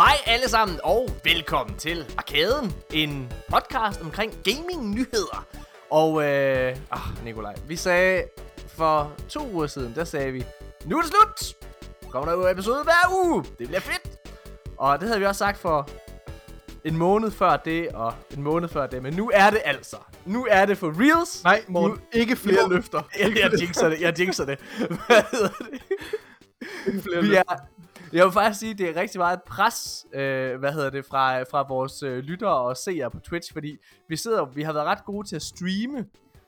Hej alle sammen, og velkommen til Arkaden, en podcast omkring gaming-nyheder. Og, Nikolaj, vi sagde for 2 uger siden, der sagde vi, nu er det slut! Kommer der jo episode hver uge, det bliver fedt! Og det havde vi også sagt for en måned før det, og en måned før det, men nu er det altså. Nu er det for reals. Nej, Morten, ikke flere løfter. Jeg jinxer det. Hvad hedder det? Ikke flere løfter. Jeg vil faktisk sige, at det er rigtig meget et pres, fra vores lyttere og seere på Twitch, fordi vi har været ret gode til at streame,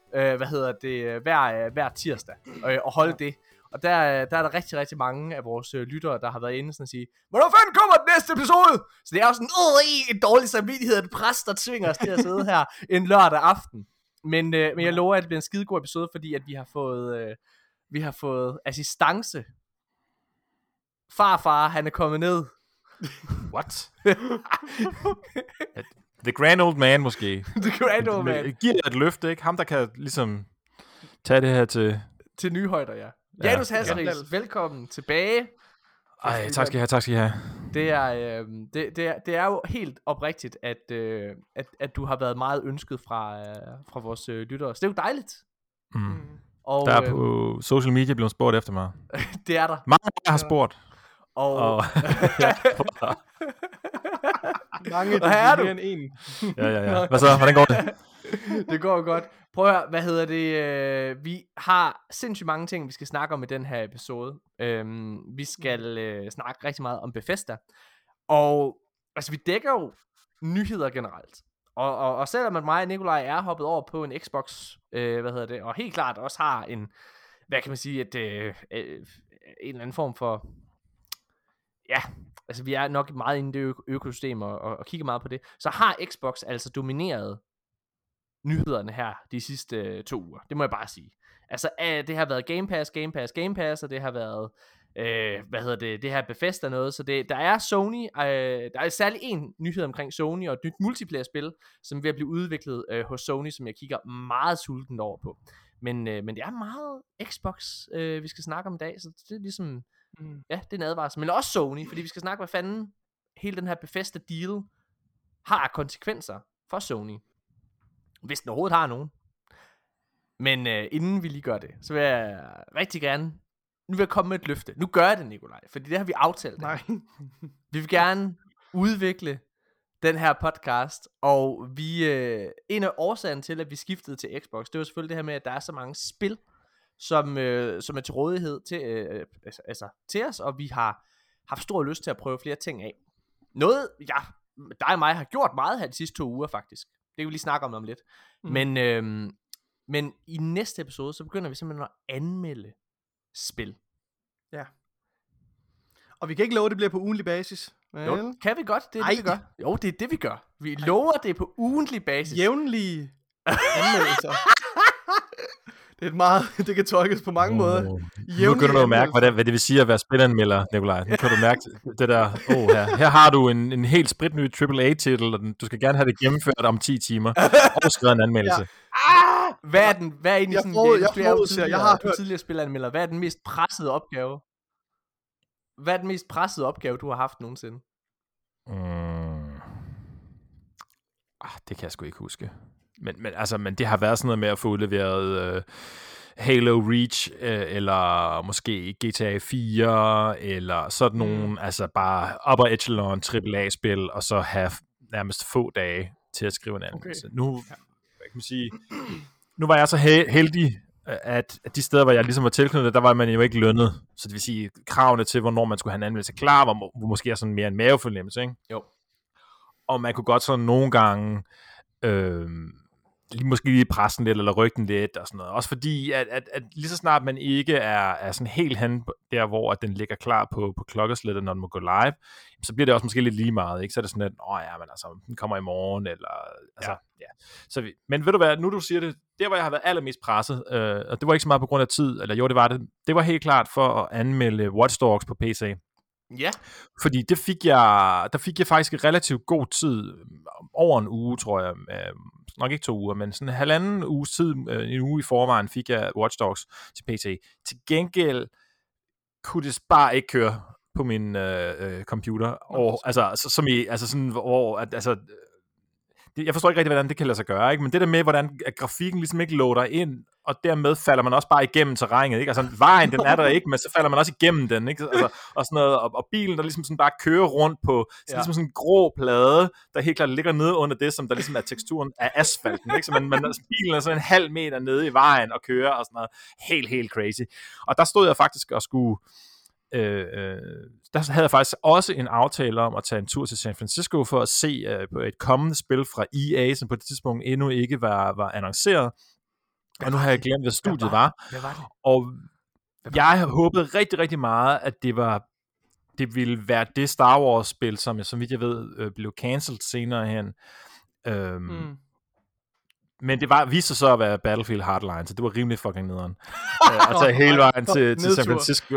hver tirsdag, og holde det. Og der er der rigtig, rigtig mange af vores lyttere, der har været inde sådan at sige, hvornår fanden kommer den næste episode? Så det er jo sådan, en dårlig samvittighed, et pres, der tvinger os til at sidde her en lørdag aften. Men jeg lover, at det bliver en skidegod episode, fordi at vi har fået assistance. Farfar, han er kommet ned. What? The grand old man måske. The grand old man. Giver et løfte, ikke? Ham, der kan ligesom tage det her til nye højder, ja. Janus Hasseris, velkommen tilbage. Ej, tak skal I have. Det er jo helt oprigtigt, at du har været meget ønsket fra vores lyttere. Så det er jo dejligt. Mm. Og, der er på social media blevet spurgt efter mig. Det er der. Mange har spurgt. Og mange, og her er du. Ja. Hvad så? Hvordan går det? Det går godt. Prøv at høre, vi har sindssygt mange ting, vi skal snakke om i den her episode. Vi skal snakke rigtig meget om Bethesda. Og altså, vi dækker jo nyheder generelt. Og selvom at mig og Nikolaj er hoppet over på en Xbox, og helt klart også har en, hvad kan man sige, en eller anden form for, ja, altså vi er nok meget inde i det økosystem og kigger meget på det, så har Xbox altså domineret nyhederne her de sidste 2 uger. Det må jeg bare sige. Altså, det har været Game Pass, og det har været, det her Bethesda noget, så der er Sony, der er særlig en nyhed omkring Sony og et nyt multiplayer-spil, som er ved at blive udviklet hos Sony, som jeg kigger meget sultent over på. Men det er meget Xbox, vi skal snakke om i dag, så det er ligesom, ja, det er en advarsel. Men også Sony, fordi vi skal snakke, hvad fanden hele den her Bethesda-deal har af konsekvenser for Sony. Hvis den overhovedet har nogen. Men inden vi lige gør det, så vil jeg rigtig gerne, nu vil jeg komme med et løfte. Nu gør jeg det, Nikolaj, fordi det har vi aftalt. Nej. Vi vil gerne udvikle den her podcast, og en af årsagerne til, at vi skiftede til Xbox, det var selvfølgelig det her med, at der er så mange spil, som er til rådighed til os, og vi har haft stor lyst til at prøve flere ting af. Noget, dig og mig har gjort meget her de sidste 2 uger faktisk. Det kan vi lige snakke om lidt. Men i næste episode, så begynder vi simpelthen at anmelde spil. Ja. Og vi kan ikke love, at det bliver på ugentlig basis. Jo, kan vi godt? Det er det, vi gør. Jo, det er det, vi gør. Vi lover det på ugentlig basis. Jævnlige anmeldelser. Det kan tolkes på mange måder. Nu kan du mærke, hvad det vil sige at være spilanmelder, Nikolaj. Nu kan du mærke det der. Her har du en helt spritny AAA-titel, og du skal gerne have det gennemført om 10 timer. Og skrevet en anmeldelse. Hvad er egentlig sådan, jeg har tidligere spilanmelder, hvad er den mest pressede opgave? Hvad er den mest pressede opgave, du har haft nogensinde? Det kan jeg sgu ikke huske. Men det har været sådan noget med at få udleveret Halo Reach, eller måske GTA 4, eller sådan nogle, altså bare upper echelon AAA-spil, og så have nærmest få dage til at skrive en anmeldelse. Okay. Nu, hvad kan man sige, nu var jeg så heldig, at de steder, hvor jeg ligesom var tilknyttet, der var man jo ikke lønnet. Så det vil sige, kravene til, hvornår man skulle have en anmeldelse klar, var måske er sådan mere en mavefornemmelse, ikke? Jo. Og man kunne godt sådan nogle gange måske lige presse den lidt, eller rykke den lidt, og sådan noget. Også fordi, at lige så snart man ikke er sådan helt hen der, hvor at den ligger klar på klokkeslættet, når den må gå live, så bliver det også måske lidt lige meget, ikke? Så er det sådan, at den kommer i morgen, eller, altså, ja. Men ved du hvad, nu du siger det, der hvor jeg har været allermest presset, og det var ikke så meget på grund af tid, eller jo, det var det. Det var helt klart for at anmelde Watch Dogs på PC. Ja. Fordi der fik jeg faktisk relativt god tid, over en uge, tror jeg, nok ikke 2 uger, men sådan 1,5 uges tid, en uge i forvejen, fik jeg Watch Dogs til PC. Til gengæld kunne det bare ikke køre på min computer. Og, altså, som i, altså sådan, hvor, altså, jeg forstår ikke rigtig, hvordan det kan lade sig gøre, ikke? Men det der med, hvordan grafikken ligesom ikke loader ind, og dermed falder man også bare igennem terrænet, ikke? Altså vejen, den er der ikke, men så falder man også igennem den, ikke? Altså, og sådan noget, og bilen, der ligesom sådan bare kører rundt på, ligesom sådan en grå plade, der helt klart ligger nede under det, som der ligesom er teksturen af asfalten, ikke? Så bilen er sådan en halv meter nede i vejen og kører, og sådan noget helt crazy. Og der stod jeg faktisk og skulle... der havde jeg faktisk også en aftale om at tage en tur til San Francisco for at se på et kommende spil fra EA, som på det tidspunkt endnu ikke var annonceret. Og nu har jeg glemt, hvad studiet var. Og jeg håbede rigtig, rigtig meget, at det ville være det Star Wars-spil, som vidt jeg ved, blev cancelled senere hen. Men det viste sig så at være Battlefield Hardline, så det var rimelig fucking nederen. Og tage hele vejen til San Francisco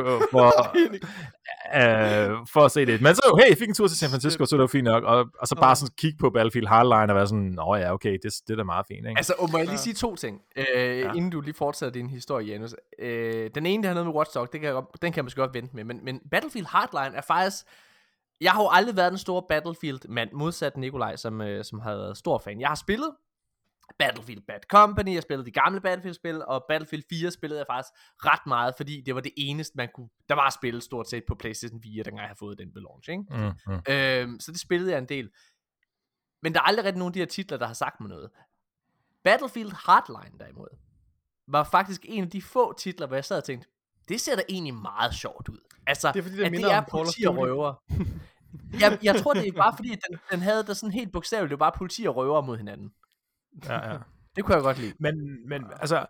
for at se det. Men så hey, jeg fik en tur til San Francisco, så det var fint nok. Og så bare sådan kigge på Battlefield Hardline og være sådan, nå ja, okay, det er da meget fint, ikke? Altså, må jeg lige sige 2 ting, inden du lige fortsætter din historie, Janus. Den ene, der har noget med Watch Dogs, den kan jeg måske godt vente med, men Battlefield Hardline er faktisk... Jeg har jo aldrig været den store Battlefield-mand, modsat Nikolaj, som har været stor fan. Jeg har spillet Battlefield Bad Company, jeg spillede de gamle Battlefield-spil, og Battlefield 4 spillede jeg faktisk ret meget, fordi det var det eneste, der var spillet stort set på PlayStation 4, dengang jeg havde fået den ved launch, ikke? Så det spillede jeg en del. Men der er aldrig rigtig nogen af de her titler, der har sagt mig noget. Battlefield Hardline derimod, var faktisk en af de få titler, hvor jeg sad og tænkte, det ser da egentlig meget sjovt ud. Altså, det er fordi, det er politi og røver. jeg tror, det er bare fordi, at den havde der sådan helt bogstaveligt, det var bare politi og røver mod hinanden. Ja. Det kunne jeg godt lide. Men altså,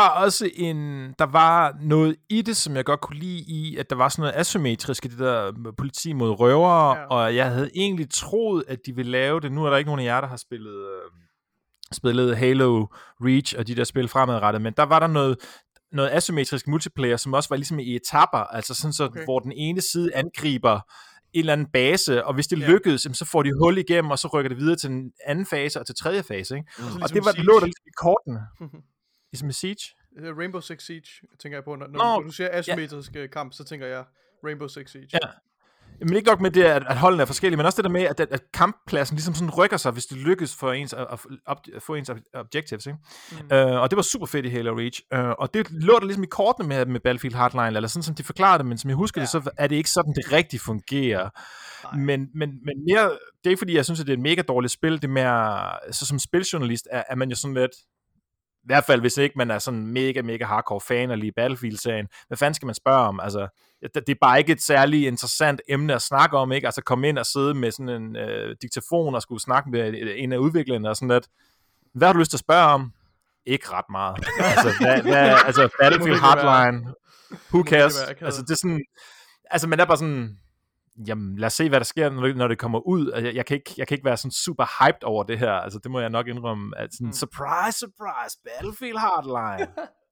der var noget i det, som jeg godt kunne lide i, at der var sådan noget asymmetrisk i det der politi mod røvere, og jeg havde egentlig troet, at de ville lave det. Nu er der ikke nogen af jer, der har spillet Halo Reach og de der spil fremadrettet, men der var der noget asymmetrisk multiplayer, som også var ligesom i etapper, altså sådan så, hvor den ene side angriber en eller anden base, og hvis det lykkedes, så får de hul igennem, og så rykker det videre til den anden fase og til tredje fase, ikke? Og det var lå der ligesom i kortene. Ligesom i Siege? Rainbow Six Siege, tænker jeg på. Når du siger asymmetrisk kamp, så tænker jeg Rainbow Six Siege. Ja. Men ikke nok med det, at holdene er forskellige, men også det der med, at kamppladsen ligesom sådan rykker sig, hvis det lykkes for ens at få ens objectives, ikke? Og det var super fedt i Halo Reach. Og det lå der ligesom i kortene med Battlefield Hardline, eller sådan som de forklarede det, men som jeg husker det, så er det ikke sådan, det rigtig fungerer. Men mere, det er ikke fordi, jeg synes, at det er et mega dårligt spil, det er mere, så som spiljournalist er man jo sådan lidt, i hvert fald hvis ikke man er sådan mega hardcore fan af lige Battlefield-serien, hvad fanden skal man spørge om? Altså, det er bare ikke et særligt interessant emne at snakke om, ikke? Altså komme ind og sidde med sådan en diktafon og skulle snakke med en af udviklerne og sådan lidt. Hvad har du lyst til at spørge om? Ikke ret meget. Altså Battlefield Hardline, who cares? Altså det er sådan, altså man er bare sådan, jamen lad os se, hvad der sker, når det kommer ud. Jeg kan ikke være sådan super hyped over det her. Altså det må jeg nok indrømme, at sådan, surprise, Battlefield Hardline.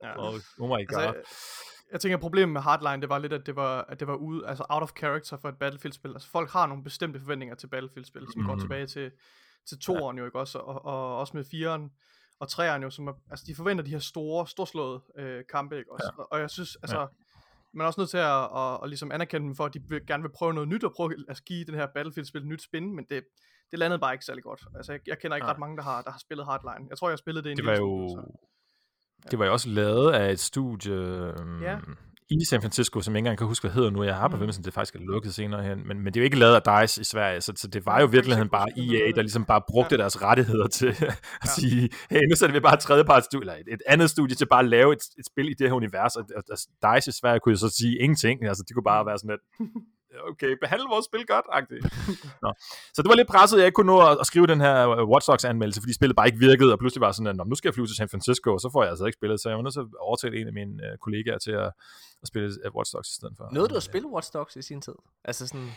Oh my god. Altså, jeg tænker, problemet med Hardline, det var lidt, at det var ude, altså out of character for et Battlefield-spil. Altså folk har nogle bestemte forventninger til Battlefield-spil, som går tilbage til toeren jo, ikke også? Og også med 4'eren og 3'eren jo, som er, altså de forventer de her storslåede kampe, ikke også? Og jeg synes, altså, man er også nødt til at ligesom anerkende dem for, at de gerne vil prøve noget nyt, og prøve at give den her Battlefield-spil nyt spin, men det landede bare ikke særlig godt. Altså, jeg kender ikke ret mange, der har spillet Hardline. Jeg tror, jeg spillede det en lille smule. Det var jo også lavet af et studie i San Francisco, som jeg ikke engang kan huske, hvad hedder nu. Jeg har på hvem, det faktisk er lukket senere hen. Men det er jo ikke lavet af DICE i Sverige, så det var jo virkeligheden bare EA, der ligesom bare brugte deres rettigheder til at sige, hey, nu sætter vi bare et tredjepartsstudie, eller et andet studie til bare at lave et spil i det her univers. Og DICE i Sverige kunne jo så sige ingenting. Altså, de kunne bare være sådan lidt, okay, behandle vores spil godt, agtigt. Så det var lidt presset, jeg ikke kunne nå at skrive den her Watch Dogs anmeldelse, fordi spillet bare ikke virkede, og pludselig var sådan, at nu skal jeg flyve til San Francisco, og så får jeg altså ikke spillet, så jeg var nødt til at overtale en af mine kollegaer til at spille Watch Dogs i stedet for. Nåede du at spille Watch Dogs i sin tid? Altså sådan...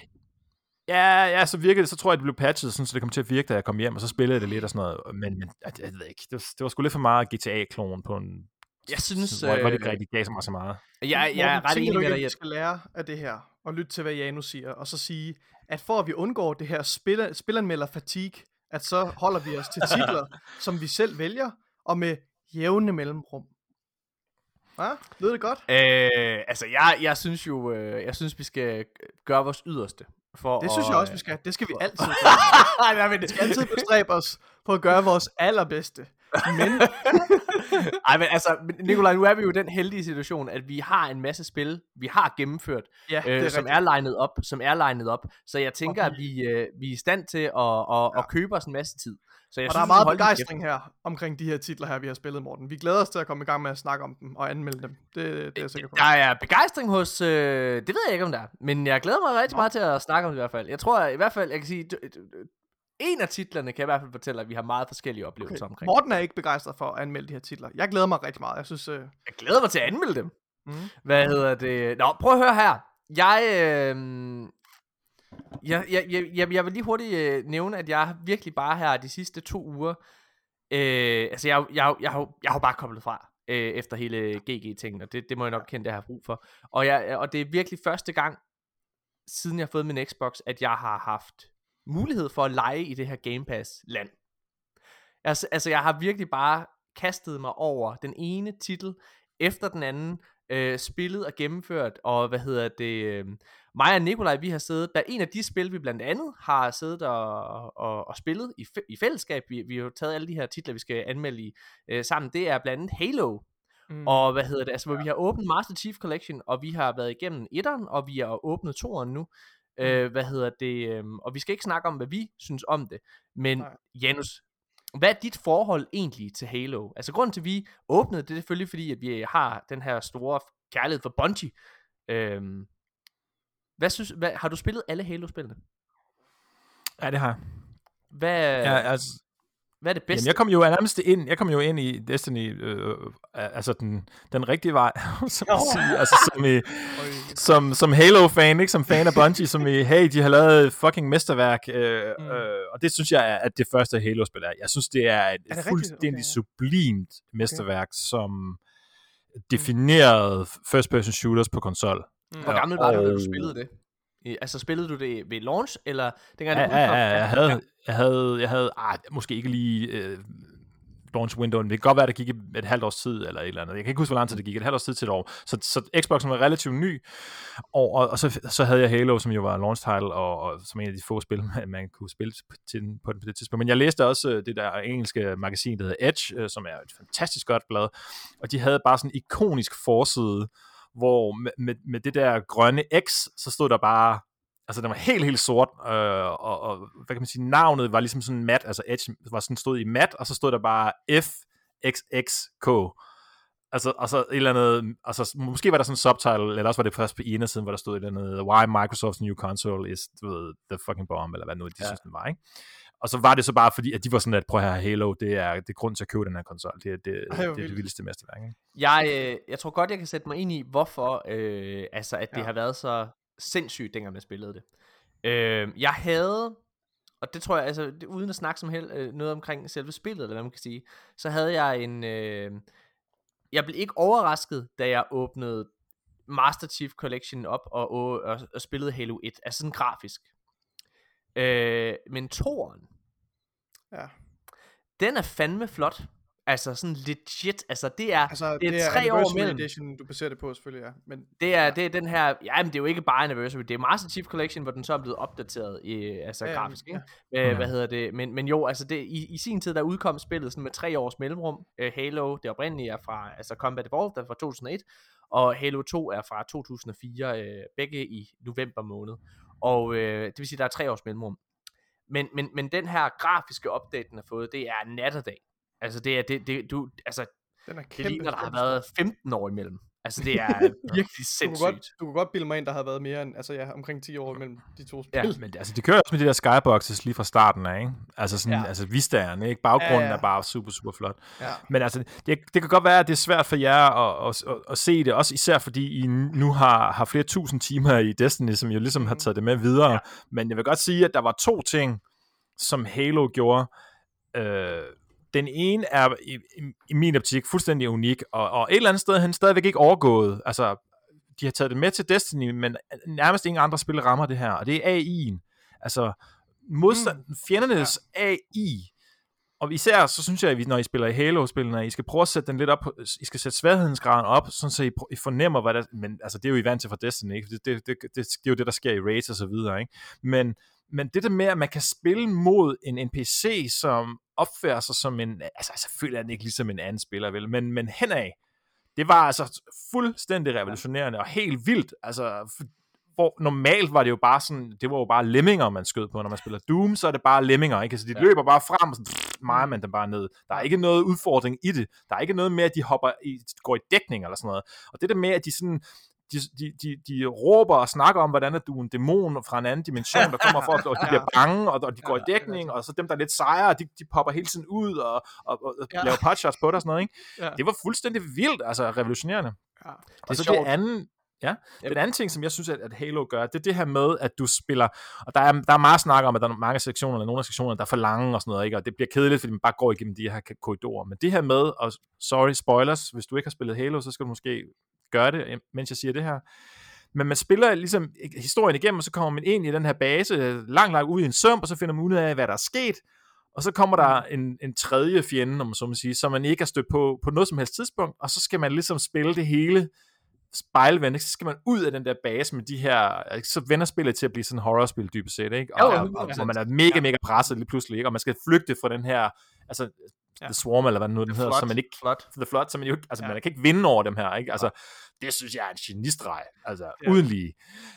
Ja, så virkede det, så tror jeg, det blev patchet, sådan, så det kom til at virke, da jeg kom hjem, og så spillede jeg det lidt og sådan noget, men jeg ved ikke, det var sgu lidt for meget GTA-klon på en... Jeg synes... Hvor det ikke rigtig gav så meget. Jeg er ret enig med dig, at skal lære af det her, og lytte til, hvad Janus siger, og så sige, at for at vi undgår det her spilanmelder-fatigue, at så holder vi os til titler, som vi selv vælger, og med jævne mellemrum. Lyder det godt? Altså, jeg synes jo, vi skal gøre vores yderste. Det synes jeg også, vi skal. Det skal vi altid gøre. Vi skal altid bestræbe os på at gøre vores allerbedste. Men... men altså, Nikolaj, nu er vi jo i den heldige situation, at vi har en masse spil, vi har gennemført, som er legnet op. Så jeg tænker, at vi er i stand til at købe os en masse tid. Så der er meget begejstring her omkring de her titler her, vi har spillet, Morten. Vi glæder os til at komme i gang med at snakke om dem og anmelde dem. Det er jeg sikker på. Der er begejstring hos... det ved jeg ikke, om der er. Men jeg glæder mig rigtig meget til at snakke om det i hvert fald. Jeg tror i hvert fald, jeg kan sige... En af titlerne kan jeg i hvert fald fortælle, at vi har meget forskellige oplevelser omkring. Morten er ikke begejstret for at anmelde de her titler. Jeg glæder mig rigtig meget. Jeg glæder mig til at anmelde dem. Hvad hedder det? Nå, prøv at høre her. Jeg vil lige hurtigt nævne, at jeg virkelig bare her de sidste 2 uger... altså, jeg har bare koblet fra efter hele GG-tingen, og det må jeg nok kende, det jeg har brug for. Og det er virkelig første gang, siden jeg har fået min Xbox, at jeg har haft mulighed for at lege i det her Game Pass-land. Altså, jeg har virkelig bare kastet mig over den ene titel efter den anden, spillet og gennemført, og mig og Nikolaj, vi har siddet, der er en af de spil, vi blandt andet har siddet og spillet i fællesskab, vi har jo taget alle de her titler, vi skal anmelde i sammen, det er blandt andet Halo, og altså, hvor vi har åbnet Master Chief Collection, og vi har været igennem 1'eren, og vi har åbnet 2'eren nu, og vi skal ikke snakke om, hvad vi synes om det, men Janus, hvad er dit forhold egentlig til Halo? Altså grunden til, at vi åbnede, det er selvfølgelig fordi, at vi har den her store kærlighed for Bungie. Har du spillet alle Halo-spillene? Ja, det har jeg. Hvad er det bedste? Jamen, jeg kom jo ind i Destiny, altså den rigtige vej, som at sige, altså som Halo-fan, ikke som fan af Bungie, som hey, de har lavet fucking mesterværk, og det synes jeg er, at det første Halo-spil er. Jeg synes, det er et fuldstændig sublimt mesterværk, som definerede first-person shooters på konsol. Hvor gammel var du, da du spillede det? Altså spillede du det ved launch, eller dengang det udkom? Jeg havde måske ikke lige launch windowen. Det kan godt være, det gik et halvt års tid, eller et eller andet. Jeg kan ikke huske, hvor lang tid det gik. Et halvt års tid til et år. Så Xboxen var relativt ny, og så havde jeg Halo, som jo var launch title, og som en af de få spil, man kunne spille på det tidspunkt. Men jeg læste også det der engelske magasin, der hedder Edge, som er et fantastisk godt blad, og de havde bare sådan en ikonisk forside, hvor med det der grønne X, så stod der bare, altså den var helt sort, og hvad kan man sige, navnet var ligesom sådan mat, altså Edge var sådan stod i mat, og så stod der bare FXXK, altså og så et eller andet, altså måske var der sådan en subtitle, eller også var det først på siden, hvor der stod et eller andet, why Microsoft's new console is the fucking bomb, eller hvad nu de synes den var, ikke? Og så var det så bare fordi, at de var sådan, at prøv at have Halo, det er grund til at købe den her konsol. Det er det vildeste mesterværk, ikke? Jeg tror godt, jeg kan sætte mig ind i, hvorfor at det har været så sindssygt, dengang man spillede det. Jeg havde, og det tror jeg, altså uden at snakke som noget omkring selve spillet, eller hvad man kan sige, så havde jeg jeg blev ikke overrasket, da jeg åbnede Master Chief Collection op og spillede Halo 1, altså sådan grafisk. Men 2'eren, den er fandme flot. Altså sådan legit, altså det er 3 år mellem. Edition, du baserer det på selvfølgelig, ja. Men det er den her, men det er jo ikke bare Anniversary, det er Master Chief Collection, hvor den så er blevet opdateret grafisk, ikke? Men jo, altså det i sin tid der udkom spillet sådan med 3 års mellemrum. Halo, det oprindelige er fra Combat Evolved, der er fra 2001, og Halo 2 er fra 2004, begge i november måned. Og det vil sige der er 3 års mellemrum. Men den her grafiske update den har fået, det er nat og dag. Altså det ligner der har været 15 år imellem. Altså det er virkelig sindssygt. Du kunne godt bilde mig ind, der har været mere end omkring 10 år imellem de to spil. Ja, men altså det kører også med de der skyboxes lige fra starten af, ikke? Altså sådan, altså vistagerne, ikke? Baggrunden er bare super super flot. Ja. Men altså det kan godt være, at det er svært for jer at se det, også især fordi I nu har flere tusind timer i Destiny, som jo ligesom har taget det med videre. Ja. Men jeg vil godt sige, at der var 2 ting, som Halo gjorde. Den ene er i min optik fuldstændig unik, og et eller andet sted han stadigvæk ikke overgået. Altså, de har taget det med til Destiny, men nærmest ingen andre spil rammer det her, og det er AI'en. Altså, fjendernes AI Og især så synes jeg, at når I spiller i Halo-spillene, I skal prøve at sætte den lidt op, I skal sætte sværhedsgraden op, sådan så I fornemmer, hvad der, men altså det er jo I vant til fra Destiny, ikke? Det er jo det, der sker i raids og så videre, ikke? Men det der med, at man kan spille mod en NPC, som opfører sig som en, altså selvfølgelig er den ikke ligesom en anden spiller, vel, men henad, det var altså fuldstændig revolutionerende og helt vildt, altså hvor normalt var det jo bare sådan, det var jo bare lemminger, man skød på. Når man spiller Doom, så er det bare lemminger, ikke? Så de løber bare frem, og så mejer man dem bare ned. Der er ikke noget udfordring i det. Der er ikke noget med, at de går i dækning eller sådan noget. Og det der med, at de sådan, de råber og snakker om, hvordan er du en dæmon fra en anden dimension, der kommer for, og de bliver bange, og de går i dækning, og så dem, der er lidt sejre, de popper hele tiden ud, og laver potshots på dig og sådan noget, ikke? Ja. Det var fuldstændig vildt, altså revolutionerende. Ja. Og så det andet, den anden ting, som jeg synes, at Halo gør, det er det her med, at du spiller, og der er meget snak om, at der er mange sektioner, eller nogle af sektionerne, der er for lange og sådan noget, ikke? Og det bliver kedeligt, fordi man bare går igennem de her korridorer. Men det her med, og sorry, spoilers, hvis du ikke har spillet Halo, så skal du måske gøre det, mens jeg siger det her. Men man spiller ligesom historien igennem, og så kommer man ind i den her base, langt ud i en sump, og så finder man ud af, hvad der er sket. Og så kommer der en tredje fjende, om man så må sige, som man ikke har stødt på noget som helst tidspunkt, og så skal man ligesom spille det hele spejlvendt, så skal man ud af den der base med de her, så vender spillet til at blive sådan en horrorspil dybest set, ikke? Og man er mega presset lige pludselig, ikke? Og man skal flygte fra den her, altså The Swarm, eller hvad den nu den hedder, så man ikke, The Flood, så man jo, altså man kan ikke vinde over dem her, ikke? Altså, det synes jeg er en genistreg, altså uden lige.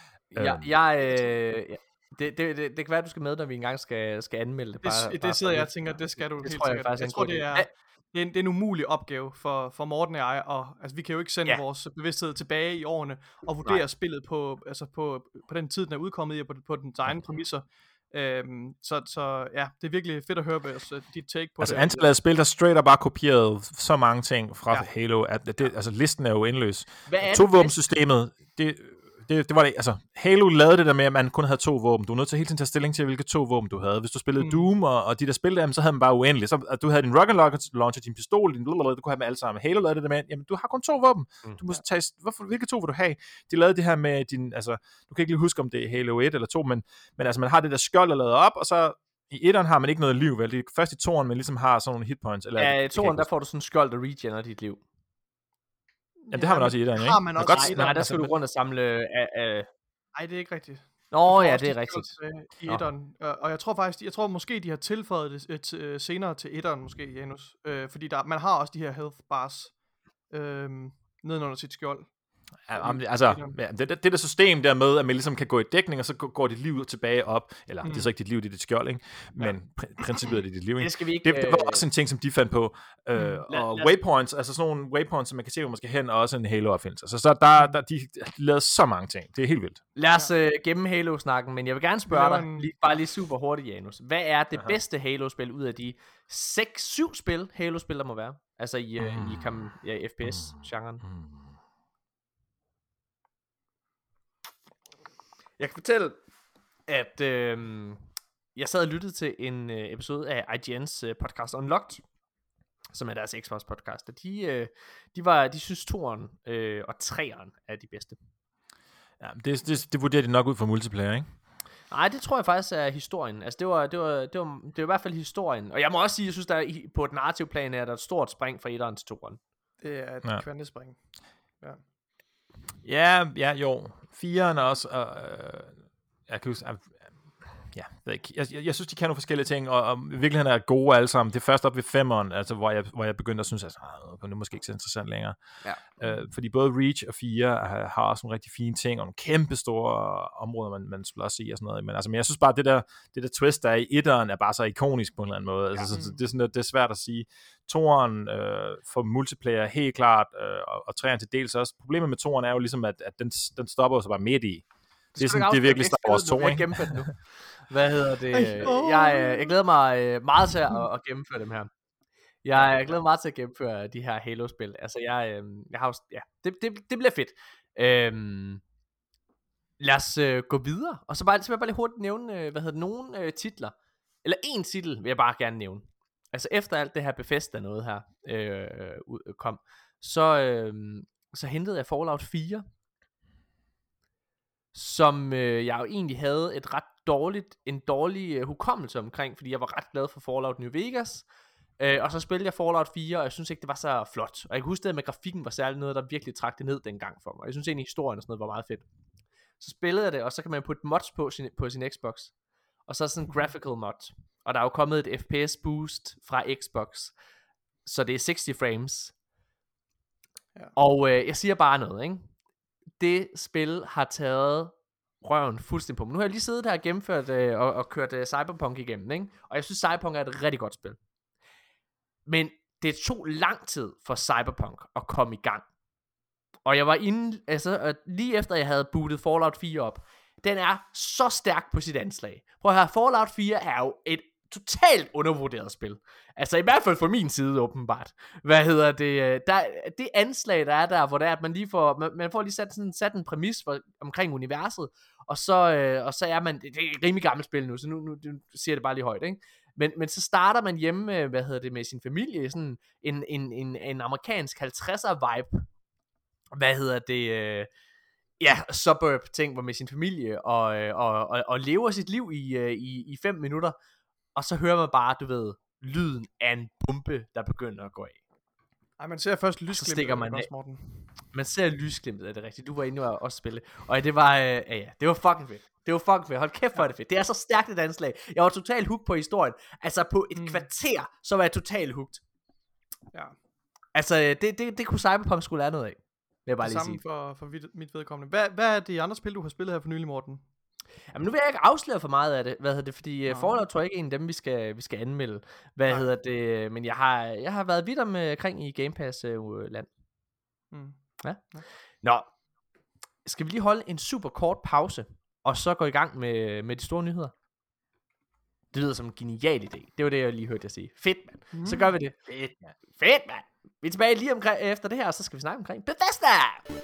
Det kan være, at du skal med, når vi engang skal anmelde det. Det sidder jeg og tænker, det skal du helt sikkert. Jeg tror, det er en umulig opgave for Morten og jeg, og altså, vi kan jo ikke sende vores bevidsthed tilbage i årene og vurdere spillet på den tid, den er udkommet i, og på den egen præmisser. Så ja, det er virkelig fedt at høre dit take på det. Antallet af spil, der straight up bare kopieret så mange ting fra Halo, at altså listen er jo endløs. To-våbensystemet, det var det, altså Halo lavede det der med, at man kun havde 2 våben. Du var nødt til hele tiden at tage stilling til, hvilke 2 våben du havde. Hvis du spillede Doom og de der spil der, så havde man bare uendeligt. Så at du havde din rocket launcher, din pistol, din blablabla, du kunne have dem alle sammen. Halo lavede det der med, jamen du har kun 2 våben. Du må tage, hvilke 2 vil du have? De lavede det her med din, altså du kan ikke lige huske, om det er Halo 1 eller 2, men altså man har det der skjold, der lavet op, og så i 1'eren har man ikke noget liv, vel? Det er først i 2'eren, man ligesom har sådan nogle hitpoints. Eller i 2'eren, der får du sådan en skjold, der regenerer dit liv. Ja, det har man også i 1'eren, ikke? Har man også nej, der skal du rundt og samle Nej, det er ikke rigtigt. Nå ja, det er rigtigt. I 1'eren. Og jeg tror måske, de har tilføjet det senere til 1'eren, måske, Janus. Fordi man har også de her health bars nedenunder sit skjold. Altså, det der system der med, at man ligesom kan gå i dækning, og så går dit liv tilbage op, eller det er så ikke dit liv, det er dit skjold, ikke? Men princippet er det dit liv, ikke? Det var også en ting, som de fandt på. Og waypoints, altså sådan nogle waypoints, som man kan se, hvor man skal hen, og også en Halo-opfindelse. Så der de lavede så mange ting. Det er helt vildt. Lad os gemme Halo-snakken, men jeg vil gerne spørge dig, bare lige super hurtigt, Janus. Hvad er det bedste Halo-spil ud af de 6-7 spil, Halo-spil, der må være? Altså i FPS-genren. Jeg kan fortælle, at jeg sad og lyttede til en episode af IGN's podcast Unlocked, som er deres Xbox podcast, og de synes 2'eren og 3'eren er de bedste. Ja, det vurderer de nok ud fra multiplayer, ikke? Nej, det tror jeg faktisk er historien. Altså det var i hvert fald historien. Og jeg må også sige, jeg synes der på et narrativ plan er der et stort spring fra 1'eren til 2'eren. Det er et kvantespring. Ja, jo. 4'eren også, jeg kan huske, jeg synes, de kan nogle forskellige ting, og i virkeligheden er gode alle sammen. Det er først op ved 5'eren, altså, hvor jeg begyndte at synes, at det er måske ikke så interessant længere. Ja. Fordi både Reach og 4 har også nogle rigtig fine ting, og nogle kæmpe store områder, man skulle også se og sådan noget. Men jeg synes bare, det der twist, der er i 1'eren, er bare så ikonisk på en eller anden måde. Altså, så det er svært at sige. 2'eren for multiplayer helt klart, og 3'eren til dels også. Problemet med 2'eren er jo ligesom, at den stopper så bare midt i. Det er virkelig Star Wars 2, ikke? Hvad hedder det? Jeg glæder mig meget til at gennemføre dem her. Jeg glæder mig meget til at gennemføre de her Halo-spil. Altså, jeg har det bliver fedt. Lad os gå videre. Og så vil jeg bare lige hurtigt nævne, nogle titler. Eller en titel vil jeg bare gerne nævne. Altså, efter alt det her Bethesda noget her kom, så hentede jeg Fallout 4. Som jeg jo egentlig havde en dårlig hukommelse omkring, fordi jeg var ret glad for Fallout New Vegas, Og så spillede jeg Fallout 4, og jeg synes ikke, det var så flot. Og jeg kan huske det med grafikken var særligt noget, der virkelig trak det ned dengang for mig. Jeg synes egentlig, historien og sådan noget var meget fedt. Så spillede jeg det, og så kan man putte mods på sin Xbox. Og så sådan en graphical mod. Og der er jo kommet et FPS boost fra Xbox. Så det er 60 frames. Ja. Og jeg siger bare noget, ikke? Det spil har taget røven fuldstændig på mig. Nu har jeg lige siddet her og gennemført og kørt Cyberpunk igennem, ikke? Og jeg synes, Cyberpunk er et rigtig godt spil. Men det tog lang tid for Cyberpunk at komme i gang. Og jeg var inde, altså lige efter jeg havde bootet Fallout 4 op, den er så stærk på sit anslag. Prøv at høre, Fallout 4 er jo et totalt undervurderet spil. Altså i hvert fald fra min side åbenbart. Hvad hedder det? Det anslag der er der, hvor det er, at man lige får, man får lige sat en præmis omkring universet, og så er man, det er et rimelig gammelt spil nu, så nu siger det bare lige højt, ikke? Men så starter man hjemme, med sin familie, sådan en amerikansk 50'er vibe. Suburb ting, hvor med sin familie og lever sit liv i 5 minutter, og så hører man bare, du ved, lyden af en bombe, der begynder at gå af. Ej, man ser først lysglimtet, Morten. Man ser lysglimtet, er det rigtigt? Du var inde og også spille. Og det var, det var fucking fedt. Det var fucking fedt. Hold kæft, hvor er det fedt. Det er så stærkt et anslag. Jeg var totalt hooked på historien. Altså på et kvarter, så var jeg totalt hooked. Ja. Altså, det kunne Cyberpunk skulle lære noget af. Det er bare lige sige. For mit vedkommende. Hvad er de andre spil, du har spillet her for nylig, Morten? Jamen nu vil jeg ikke afsløre for meget af det. Fordi Fallout tror jeg ikke er en af dem, vi skal anmelde. Men jeg har været vidt omkring i Game Pass land. Ja. Nå, skal vi lige holde en super kort pause, og så gå i gang med de store nyheder? Det lyder som en genial idé. Det var det, jeg lige hørte jer sige. Fedt, mand. Så gør vi det. Fedt, mand. Vi er tilbage lige efter det her, og så skal vi snakke omkring Bethesda!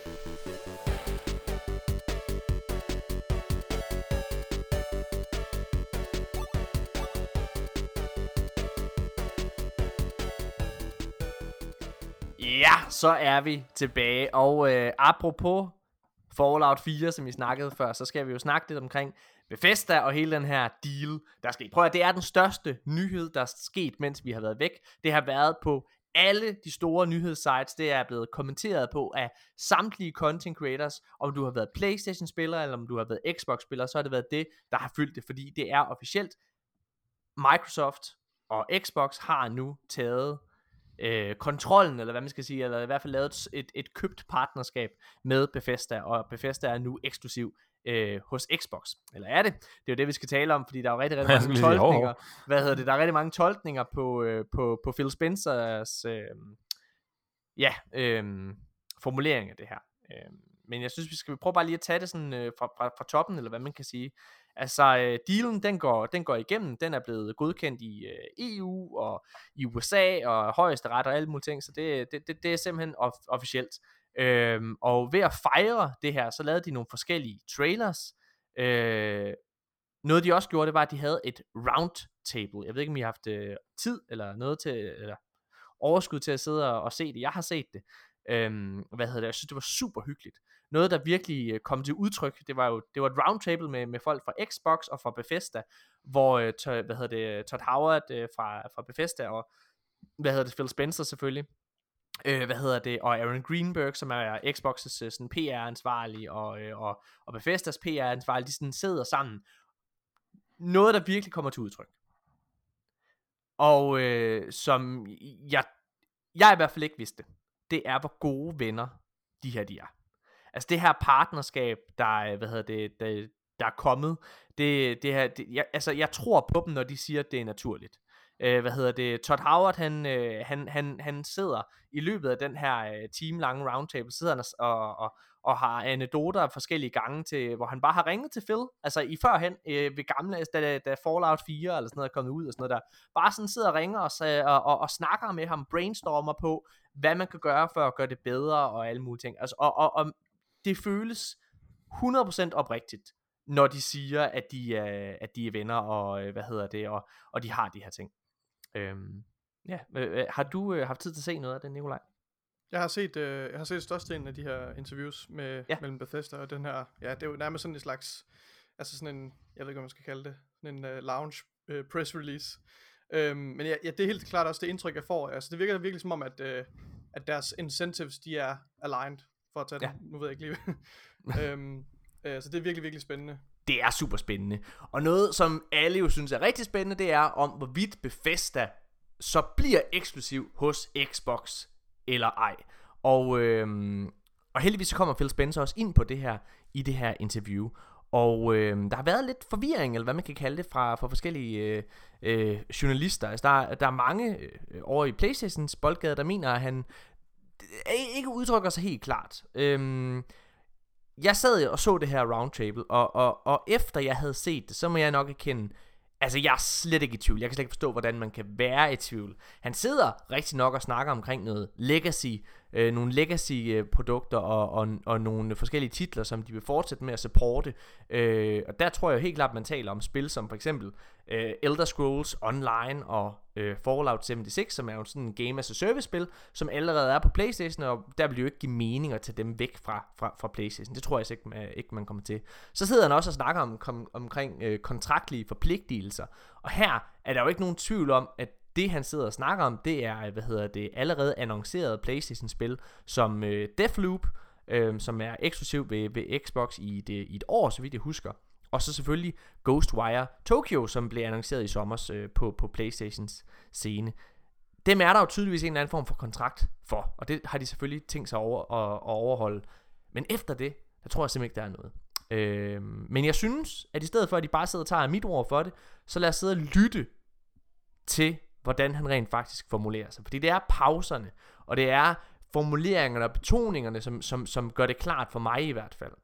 Ja, så er vi tilbage, og apropos Fallout 4, som vi snakkede før, så skal vi jo snakke lidt omkring Bethesda og hele den her deal, der er sket. Prøv at det er den største nyhed, der er sket, mens vi har været væk. Det har været på alle de store nyhedssites, det er blevet kommenteret på af samtlige content creators. Om du har været PlayStation-spiller, eller om du har været Xbox-spiller, så har det været det, der har fyldt det, fordi det er officielt. Microsoft og Xbox har nu taget kontrollen, eller hvad man skal sige, eller i hvert fald lavet et købt partnerskab med Bethesda, og Bethesda er nu eksklusiv hos Xbox. Eller er det? Det er jo det, vi skal tale om, fordi der er jo rigtig mange tolkninger. Der er rigtig mange tolkninger på Phil Spencers formulering af det her. Men jeg synes, vi skal prøve bare lige at tage det sådan fra toppen, eller hvad man kan sige. Altså, dealen, den går igennem. Den er blevet godkendt i EU og i USA og højesteret og alle mulige ting, så det er simpelthen officielt. Og ved at fejre det her, så lavede de nogle forskellige trailers. Noget de også gjorde, det var, at de havde et roundtable. Jeg ved ikke, om I har haft tid eller noget til, eller overskud til at sidde og se det. Jeg har set det. Jeg synes, det var super hyggeligt. Noget, der virkelig kom til udtryk, det var et roundtable med folk fra Xbox og fra Bethesda, hvor Todd Howard fra Bethesda og Phil Spencer selvfølgelig, og Aaron Greenberg, som er Xbox's sådan PR-ansvarlig og Bethesdas PR-ansvarlig, de sådan sidder sammen. Noget, der virkelig kommer til udtryk. Og som jeg i hvert fald ikke vidste, det er, hvor gode venner de er. Altså det her partnerskab, der er kommet, jeg tror på dem, når de siger, at det er naturligt. Todd Howard, han sidder i løbet af den her timelange roundtable, sidder han og har anekdoter forskellige gange til, hvor han bare har ringet til Phil, altså i førhen ved gamle, da Fallout 4 eller sådan noget er kommet ud og sådan noget der, bare sådan sidder og ringer og snakker med ham, brainstormer på, hvad man kan gøre for at gøre det bedre og alle mulige ting. Altså, og det føles 100% oprigtigt, når de siger, at de er venner og de har de her ting. Har du haft tid til at se noget af det, Nikolaj? Jeg har set størstedelen af de her interviews mellem Bethesda og den her. Ja, det er jo nærmest sådan en slags, altså sådan en, jeg ved ikke, hvad man skal kalde det, sådan en lounge press release. Men ja, det er helt klart også det indtryk, jeg får. Altså, det virker virkelig som om, at deres incentives, de er aligned, for at tage den. Nu ved jeg ikke lige. Så det er virkelig, virkelig spændende. Det er super spændende. Og noget, som alle jo synes er rigtig spændende, det er om, hvorvidt Bethesda så bliver eksklusiv hos Xbox eller ej. Og heldigvis så kommer Phil Spencer også ind på det her i det her interview. Og der har været lidt forvirring, eller hvad man kan kalde det, fra forskellige journalister. Altså der er mange over i PlayStations boldgade, der mener, at han ikke udtrykker sig helt klart. Jeg sad og så det her roundtable, og efter jeg havde set det, så må jeg nok erkende, altså jeg er slet ikke i tvivl. Jeg kan slet ikke forstå, hvordan man kan være i tvivl. Han sidder rigtig nok og snakker omkring noget legacy, nogle legacy-produkter og nogle forskellige titler, som de vil fortsætte med at supporte. Og der tror jeg helt klart, man taler om spil som for eksempel Elder Scrolls Online og Fallout 76, som er jo sådan en game as a service spil, som allerede er på PlayStation, og der vil jo ikke give mening at tage dem væk fra PlayStation. Det tror jeg ikke man kommer til. Så sidder han også og snakker omkring kontraktlige forpligtelser, og her er der jo ikke nogen tvivl om, at det han sidder og snakker om, det er, allerede annonceret PlayStation-spil som Deathloop, som er eksklusiv ved Xbox i et år, så vidt jeg husker. Og så selvfølgelig Ghostwire Tokyo, som blev annonceret i sommer på PlayStations scene. Dem er der jo tydeligvis en eller anden form for kontrakt for, og det har de selvfølgelig tænkt sig at overholde. Men efter det, der tror jeg simpelthen ikke, der er noget. Men jeg synes, at i stedet for, at de bare sidder og tager mit ord for det, så lad os sidde og lytte til, hvordan han rent faktisk formulerer sig. Fordi det er pauserne, og det er formuleringerne og betoningerne, som gør det klart for mig i hvert fald,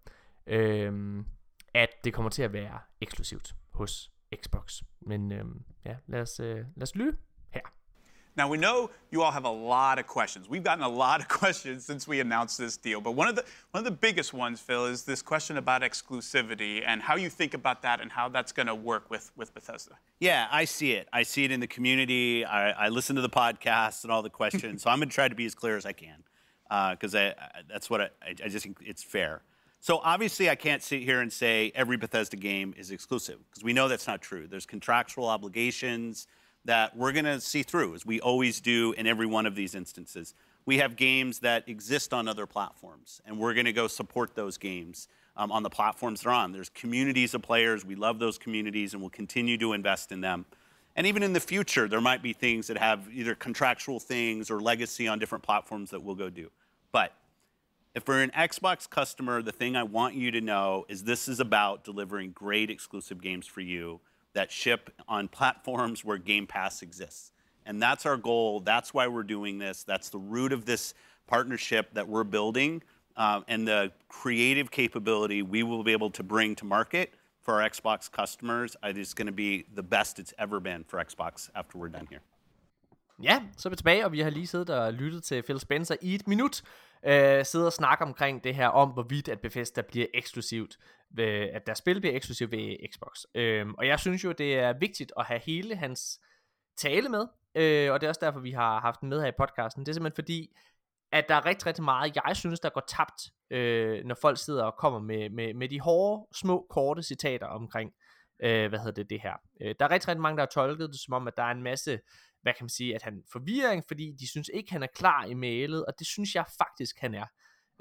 at det kommer til at være eksklusivt hos Xbox. Men ja, lad os lytte her. Now, we know you all have a lot of questions. We've gotten a lot of questions since we announced this deal. But one of the biggest ones, Phil, is this question about exclusivity and how you think about that and how that's going to work with Bethesda. Yeah, I see it. I see it in the community. I listen to the podcasts and all the questions. So I'm going to try to be as clear as I can because that's what I just think it's fair. So obviously I can't sit here and say every Bethesda game is exclusive because we know that's not true. There's contractual obligations that we're going to see through, as we always do in every one of these instances. We have games that exist on other platforms, and we're going to go support those games on the platforms they're on. There's communities of players. We love those communities, and we'll continue to invest in them. And even in the future, there might be things that have either contractual things or legacy on different platforms that we'll go do. But if we're an Xbox customer, the thing I want you to know is this is about delivering great exclusive games for you that ship on platforms where Game Pass exists. And that's our goal. That's why we're doing this. That's the root of this partnership that we're building. And the creative capability we will be able to bring to market for our Xbox customers is going to be the best it's ever been for Xbox after we're done here. Ja, så er vi tilbage, og vi har lige siddet og lyttet til Phil Spencer i et minut. Sidder og snakker omkring det her om, hvorvidt at Bethesda bliver eksklusivt, at deres spil bliver eksklusivt ved Xbox. Og jeg synes jo, det er vigtigt at have hele hans tale med, og det er også derfor, vi har haft den med her i podcasten. Det er simpelthen fordi, at der er rigtig, rigtig meget, jeg synes, der går tabt, når folk sidder og kommer med de hårde, små, korte citater omkring, det her. Der er rigtig, rigtig mange, der har tolket det som om, at der er en masse, hvad kan man sige, at han forvirring, fordi de synes ikke, han er klar i mailet, og det synes jeg faktisk, han er.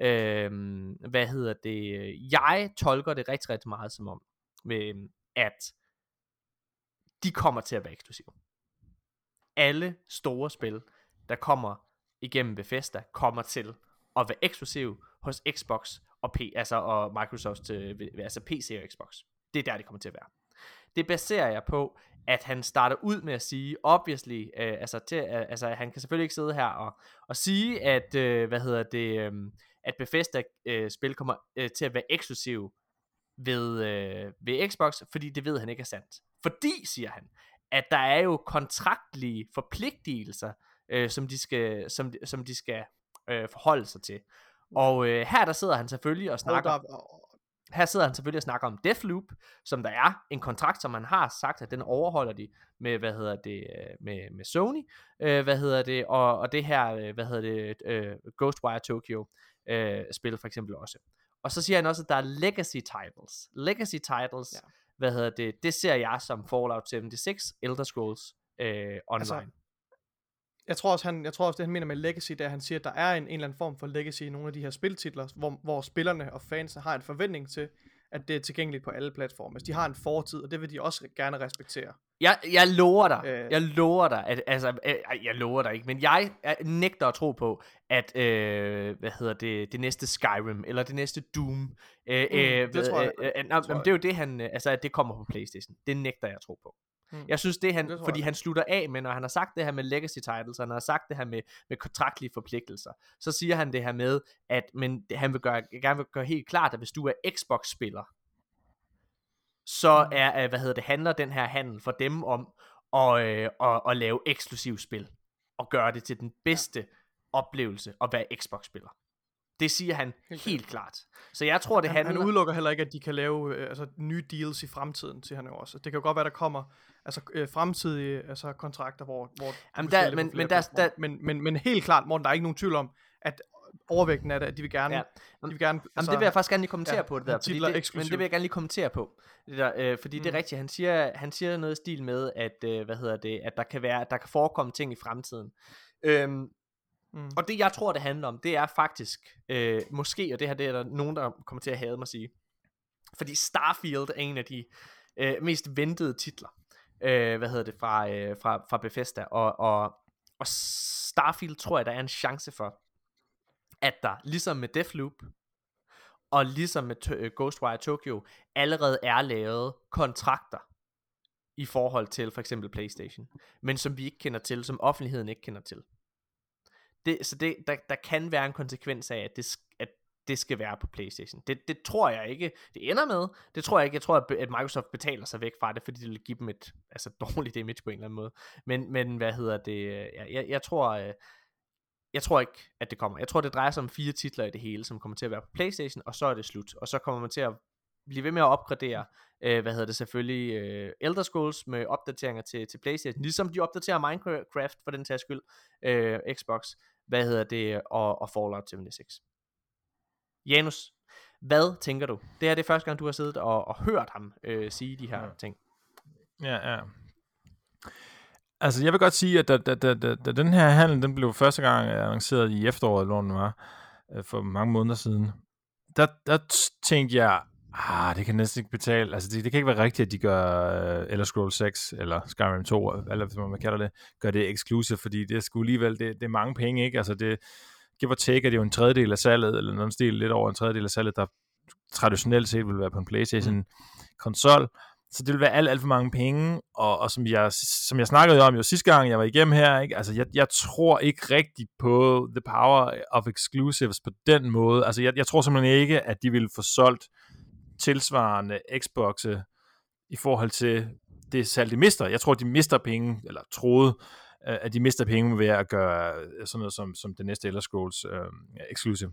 Jeg tolker det rigtig, rigtig meget som om, at de kommer til at være eksklusive. Alle store spil, der kommer igennem Bethesda, kommer til at være eksklusive hos Xbox og Microsoft, altså PC og Xbox. Det er der, det kommer til at være. Det baserer jeg på, at han starter ud med at sige, obviously, han kan selvfølgelig ikke sidde her og sige, at, at Bethesda-spil kommer til at være eksklusiv ved Xbox, fordi det ved han ikke er sandt. Fordi, siger han, at der er jo kontraktlige forpligtelser, som de skal forholde sig til. Og her der sidder han selvfølgelig og snakker om Deathloop, som der er en kontrakt, som man har sagt, at den overholder de med, med Sony, og det her, Ghostwire Tokyo spil for eksempel også. Og så siger han også, at der er legacy titles. Legacy titles, det ser jeg som Fallout 76, Elder Scrolls online. Jeg tror også, det han mener med legacy, det er, at han siger, at der er en eller anden form for legacy i nogle af de her spiltitler, hvor spillerne og fansene har en forventning til, at det er tilgængeligt på alle platforme. Altså, de har en fortid, og det vil de også gerne respektere. Jeg lover dig, jeg lover dig ikke, men jeg nægter at tro på, at, det næste Skyrim, eller det næste Doom, det tror jeg. Det er jo det, at det kommer på PlayStation. Det nægter jeg at tro på. Jeg synes fordi han slutter af med, når han har sagt det her med legacy titles, og han har sagt det her med kontraktlige forpligtelser, så siger han det her med, at han vil gerne vil gøre helt klart, at hvis du er Xbox-spiller, så handler den her handel for dem om at lave eksklusiv spil, og gøre det til den bedste oplevelse at være Xbox-spiller. Det siger han helt klart. Så jeg tror, han udelukker heller ikke, at de kan lave nye deals i fremtiden, siger han jo også. Det kan jo godt være, der kommer fremtidige kontrakter, men helt klart, Morten, der er ikke nogen tvivl om, at overvægten af det, at de vil gerne... det vil jeg faktisk gerne lige kommentere på det der. Men det vil jeg gerne lige kommentere på. Det der, fordi det er rigtigt. Han siger noget i stil med, at, at der kan forekomme ting i fremtiden. Og det jeg tror det handler om, det er faktisk måske, og det her det er der nogen der kommer til at hade mig sige, fordi Starfield er en af de mest ventede titler fra Bethesda, og Starfield tror jeg der er en chance for, at der ligesom med Deathloop og ligesom med Ghostwire Tokyo allerede er lavet kontrakter i forhold til for eksempel PlayStation, men som vi ikke kender til, som offentligheden ikke kender til. Der kan være en konsekvens af, at det skal være på PlayStation. Det tror jeg ikke, det ender med. Det tror jeg ikke. Jeg tror, at Microsoft betaler sig væk fra det, fordi det vil give dem et dårligt image på en eller anden måde. Men jeg tror ikke, at det kommer. Jeg tror, det drejer sig om 4 titler i det hele, som kommer til at være på PlayStation, og så er det slut. Og så kommer man til at blive ved med at opgradere, selvfølgelig Elder Scrolls med opdateringer til PlayStation, ligesom de opdaterer Minecraft for den sags skyld, Xbox, og Fallout 76. Janus, hvad tænker du? Det er det første gang, du har siddet og hørt ham sige de her ting. Ja. Altså, jeg vil godt sige, at da den her handel, den blev første gang annonceret i efteråret, hvor den var, for mange måneder siden, der tænkte jeg, det kan næsten ikke betale, altså det kan ikke være rigtigt, at de gør Elder Scrolls 6, eller Skyrim 2, eller hvad man kalder det, gør det exclusive, fordi det er sgu alligevel, det er mange penge, ikke? Altså det, give or take, at det er jo en tredjedel af salget, eller noget stil, lidt over en tredjedel af salget, der traditionelt set vil være på en PlayStation-konsol, så det vil være alt for mange penge, og som jeg snakkede om jo sidste gang, jeg var igennem her, ikke? Altså jeg tror ikke rigtigt på the power of exclusives på den måde. Altså jeg tror simpelthen ikke, at de vil få solgt tilsvarende Xbox'e i forhold til det salg, de mister. Jeg tror, de mister penge, eller troede, at de mister penge ved at gøre sådan noget som det næste Elder Scrolls exclusive.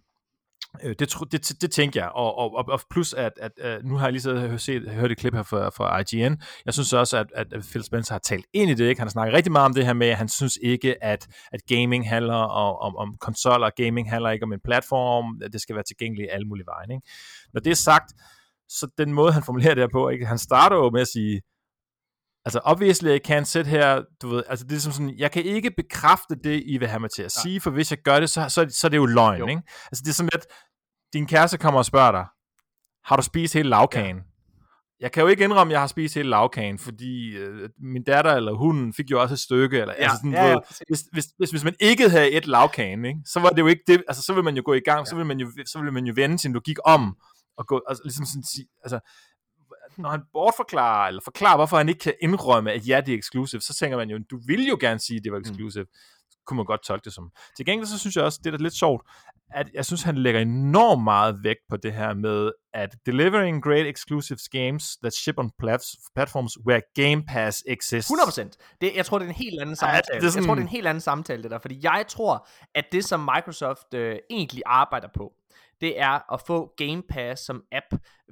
Det tænker jeg, og plus at nu har jeg lige hørt et klip her fra IGN. Jeg synes også, at Phil Spencer har talt ind i det, ikke? Han har snakket rigtig meget om det her med, at han synes ikke, at gaming handler om konsoller, gaming handler ikke om en platform, at det skal være tilgængeligt alle mulige vejen, ikke? Når det er sagt, så den måde, han formulerer det her på, ikke? Han starter jo med at sige, altså obviously, I can't sit her, du ved, altså det er som sådan, jeg kan ikke bekræfte det, I vil have mig til at sige, for hvis jeg gør det, så er det jo løgn, ikke? Altså det er sådan, at din kæreste kommer og spørger dig, har du spist hele lavkagen? Ja. Jeg kan jo ikke indrømme, at jeg har spist hele lavkagen, fordi min datter eller hunden fik jo også et stykke, eller altså sådan, hvis man ikke havde et lavkagen, ikke, så var det jo ikke det, altså så ville man jo gå i gang, så ville man jo vende sin logik om, og gå, altså ligesom sådan sige, altså når han bortforklarer, eller forklarer, hvorfor han ikke kan indrømme, at ja, det er exclusive, så tænker man jo, du ville jo gerne sige, at det var exclusive. Kunne man godt tolke det som. Til gengæld så synes jeg også, det er lidt sjovt, at jeg synes, han lægger enormt meget vægt på det her med, at delivering great exclusive games that ship on platforms where Game Pass exists. 100%. Jeg tror, det er en helt anden samtale. Jeg tror, det er en helt anden samtale, det der. Fordi jeg tror, at det, som Microsoft egentlig arbejder på, det er at få Game Pass som app,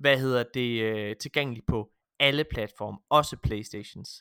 tilgængelig på alle platforme, også PlayStations.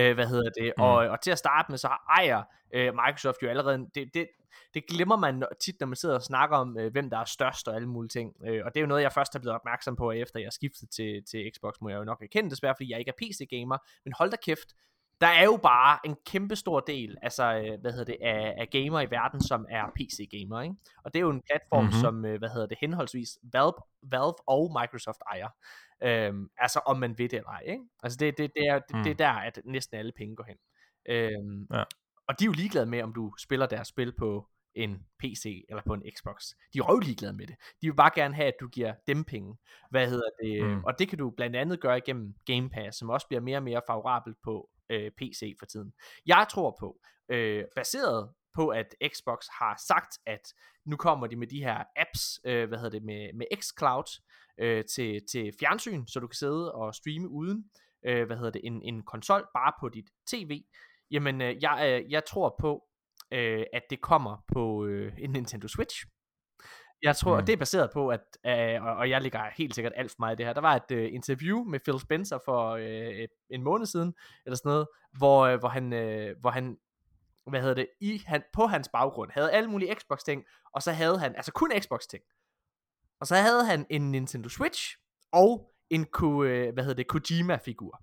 Og til at starte med, så ejer Microsoft jo allerede, det glemmer man tit, når man sidder og snakker om, hvem der er størst og alle mulige ting. Og det er jo noget, jeg først er blevet opmærksom på, efter jeg skiftede til Xbox, må jeg jo nok erkende desværre, fordi jeg ikke er PC-gamer. Men hold da kæft, der er jo bare en kæmpe stor del, altså, af gamer i verden, som er PC-gamer, ikke? Og det er jo en platform, som, henholdsvis Valve og Microsoft ejer. Altså, om man ved det eller ej, ikke? Altså, det er der, at næsten alle penge går hen. Og de er jo ligeglade med, om du spiller deres spil på en PC eller på en Xbox. De er jo ligeglade med det. De vil bare gerne have, at du giver dem penge. Og det kan du blandt andet gøre igennem Game Pass, som også bliver mere og mere favorabelt på PC for tiden. Jeg tror på, baseret på, at Xbox har sagt, at nu kommer de med de her apps, med xCloud til fjernsyn, så du kan sidde og streame uden en konsol bare på dit TV. Jamen, jeg tror på, at det kommer på en Nintendo Switch. Jeg tror, det er baseret på, at og jeg ligger helt sikkert alt for meget i det her. Der var et interview med Phil Spencer for en måned siden, eller sådan noget, hvor han på hans baggrund havde alle mulige Xbox-ting, og så havde han, altså kun Xbox-ting, og så havde han en Nintendo Switch, og en Kojima-figur.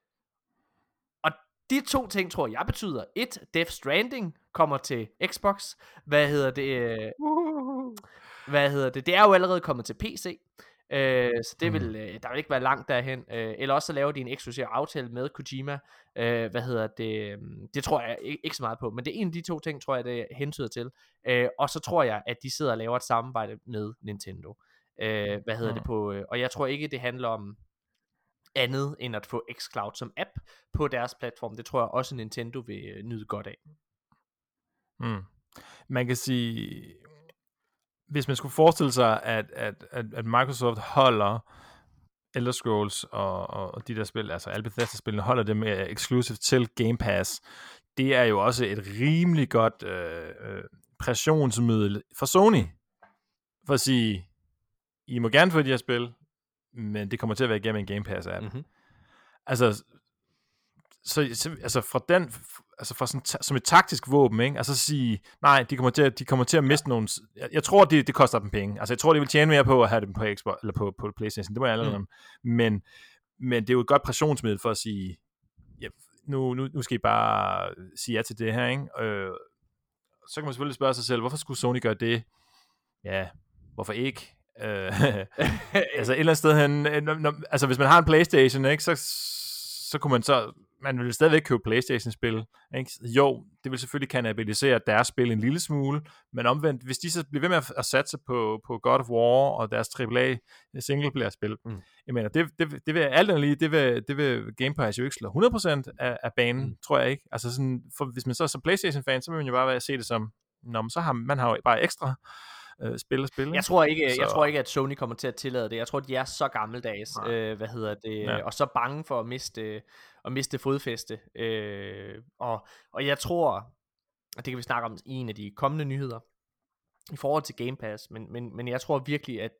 De to ting, tror jeg, betyder, Death Stranding kommer til Xbox. Det er jo allerede kommet til PC. Så det vil, der vil ikke være langt derhen. Eller også så laver de en eksklusiv aftale med Kojima. Det tror jeg ikke så meget på. Men det er en af de to ting, tror jeg, det hentyder til. Og så tror jeg, at de sidder og laver et samarbejde med Nintendo. Og jeg tror ikke, det handler om andet end at få xCloud som app på deres platform. Det tror jeg også Nintendo vil nyde godt af. Man kan sige, hvis man skulle forestille sig, at Microsoft holder Elder Scrolls og de der spil, altså alle Bethesda-spillene, holder dem exclusive til Game Pass, det er jo også et rimelig godt pressionsmiddel for Sony. For at sige, I må gerne få de her spil, men det kommer til at være igennem en Game Pass-app. Altså fra den, altså fra sådan, som et taktisk våben, ikke? Altså sige, nej, de kommer til at miste nogle. Jeg tror, det koster dem penge. Altså jeg tror, de vil tjene mere på at have dem på Xbox eller på PlayStation. Det må jeg allerede men det er jo et godt pressionsmiddel for at sige, ja, nu skal I bare sige ja til det her, ikke? Så kan man selvfølgelig spørge sig selv, hvorfor skulle Sony gøre det? Ja, hvorfor ikke? Altså et eller andet sted altså hvis man har en PlayStation, ikke, så kunne man vil stadigvæk købe PlayStation-spil, ikke? Jo, det vil selvfølgelig kannibalisere deres spil en lille smule, men omvendt, hvis de så bliver ved med at satse på God of War og deres AAA singleplayer-spil, jeg mener, det vil alt andet lige, det vil Game Pass jo ikke slå 100% af banen, tror jeg ikke. Altså sådan, for hvis man så er som PlayStation-fan, så vil man jo bare se det som, så har man jo bare ekstra spil. Jeg tror ikke, at Sony kommer til at tillade det. Jeg tror, de er så gammeldags, og så bange for at miste fodfæste. Og jeg tror, og det kan vi snakke om i en af de kommende nyheder, i forhold til Game Pass, men jeg tror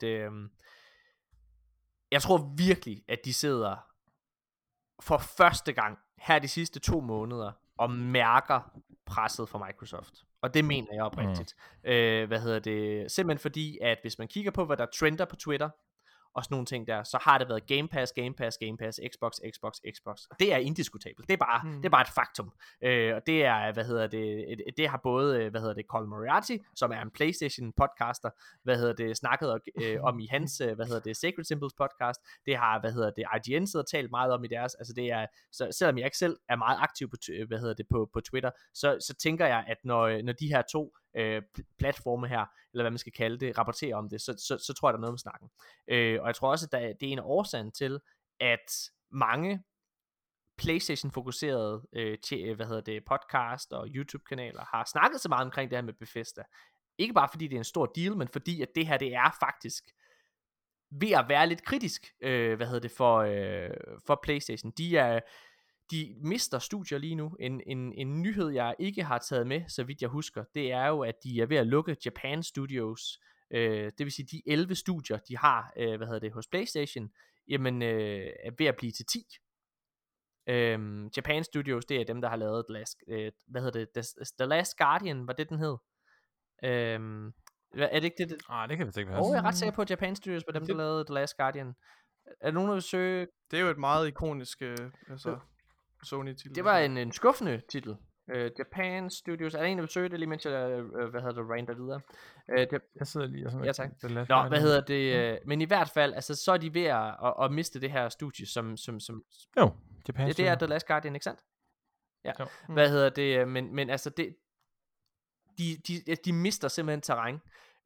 virkelig, at de sidder for første gang her de sidste 2 måneder og mærker presset fra Microsoft. Og det mener jeg oprigtigt. Simpelthen fordi, at hvis man kigger på, hvad der trender på Twitter, og sådan nogle ting der, så har det været Game Pass, Xbox. Og det er indiskutabelt. Det er bare et faktum. Og det er, det har både, Colin Moriarty, som er en PlayStation podcaster, snakket om i hans, Sacred Symbols podcast. Det har, IGN sidder og talt meget om i deres, altså det er, så selvom jeg ikke selv er meget aktiv på Twitter, så tænker jeg, at når de her to platforme her, eller hvad man skal kalde det, rapporterer om det, så tror jeg, der er noget med snakken. Og jeg tror også, at det er en af årsagen til, at mange PlayStation-fokuserede podcast og YouTube-kanaler har snakket så meget omkring det her med Bethesda. Ikke bare fordi det er en stor deal, men fordi at det her, det er faktisk ved at være lidt kritisk, for PlayStation. De mister studier lige nu. En nyhed, jeg ikke har taget med, så vidt jeg husker, det er jo, at de er ved at lukke Japan Studios. Det vil sige, de 11 studier, de har hos PlayStation, jamen, er ved at blive til 10. Japan Studios, det er dem, der har lavet The Last Guardian, var det den hed? Er det ikke det? Nej, det kan vi ikke være. Jeg er ret sikker på, at Japan Studios var dem, der lavede The Last Guardian. Er nogen, der vil søge? Det er jo et meget ikonisk, Sony-titel. Det var en skuffende titel. Japan Studios. Er der en, der vil søge det lige, mens jeg, rander videre? Jeg sidder lige og sådan Ja, tak. noget. Nå, men i hvert fald, altså, så er de ved at miste det her studie, som Jo, Japan det er The Last Guardian, ikke sandt? Ja. Jo. Men altså, de mister simpelthen terræn.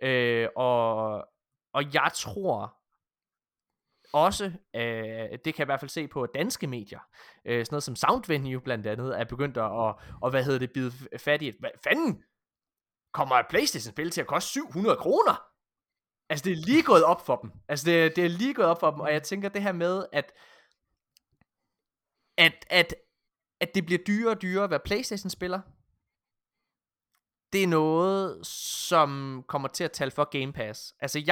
Og jeg tror også, det kan jeg i hvert fald se på danske medier, sådan noget som Soundvenue blandt andet, er begyndt at bide fat i, hvad fanden, kommer et PlayStation-spil til at koste 700 kroner? Altså det er lige gået op for dem. Altså det er lige gået op for dem, og jeg tænker det her med, at det bliver dyrere og dyrere at være PlayStation-spiller, det er noget, som kommer til at tale for Game Pass. Altså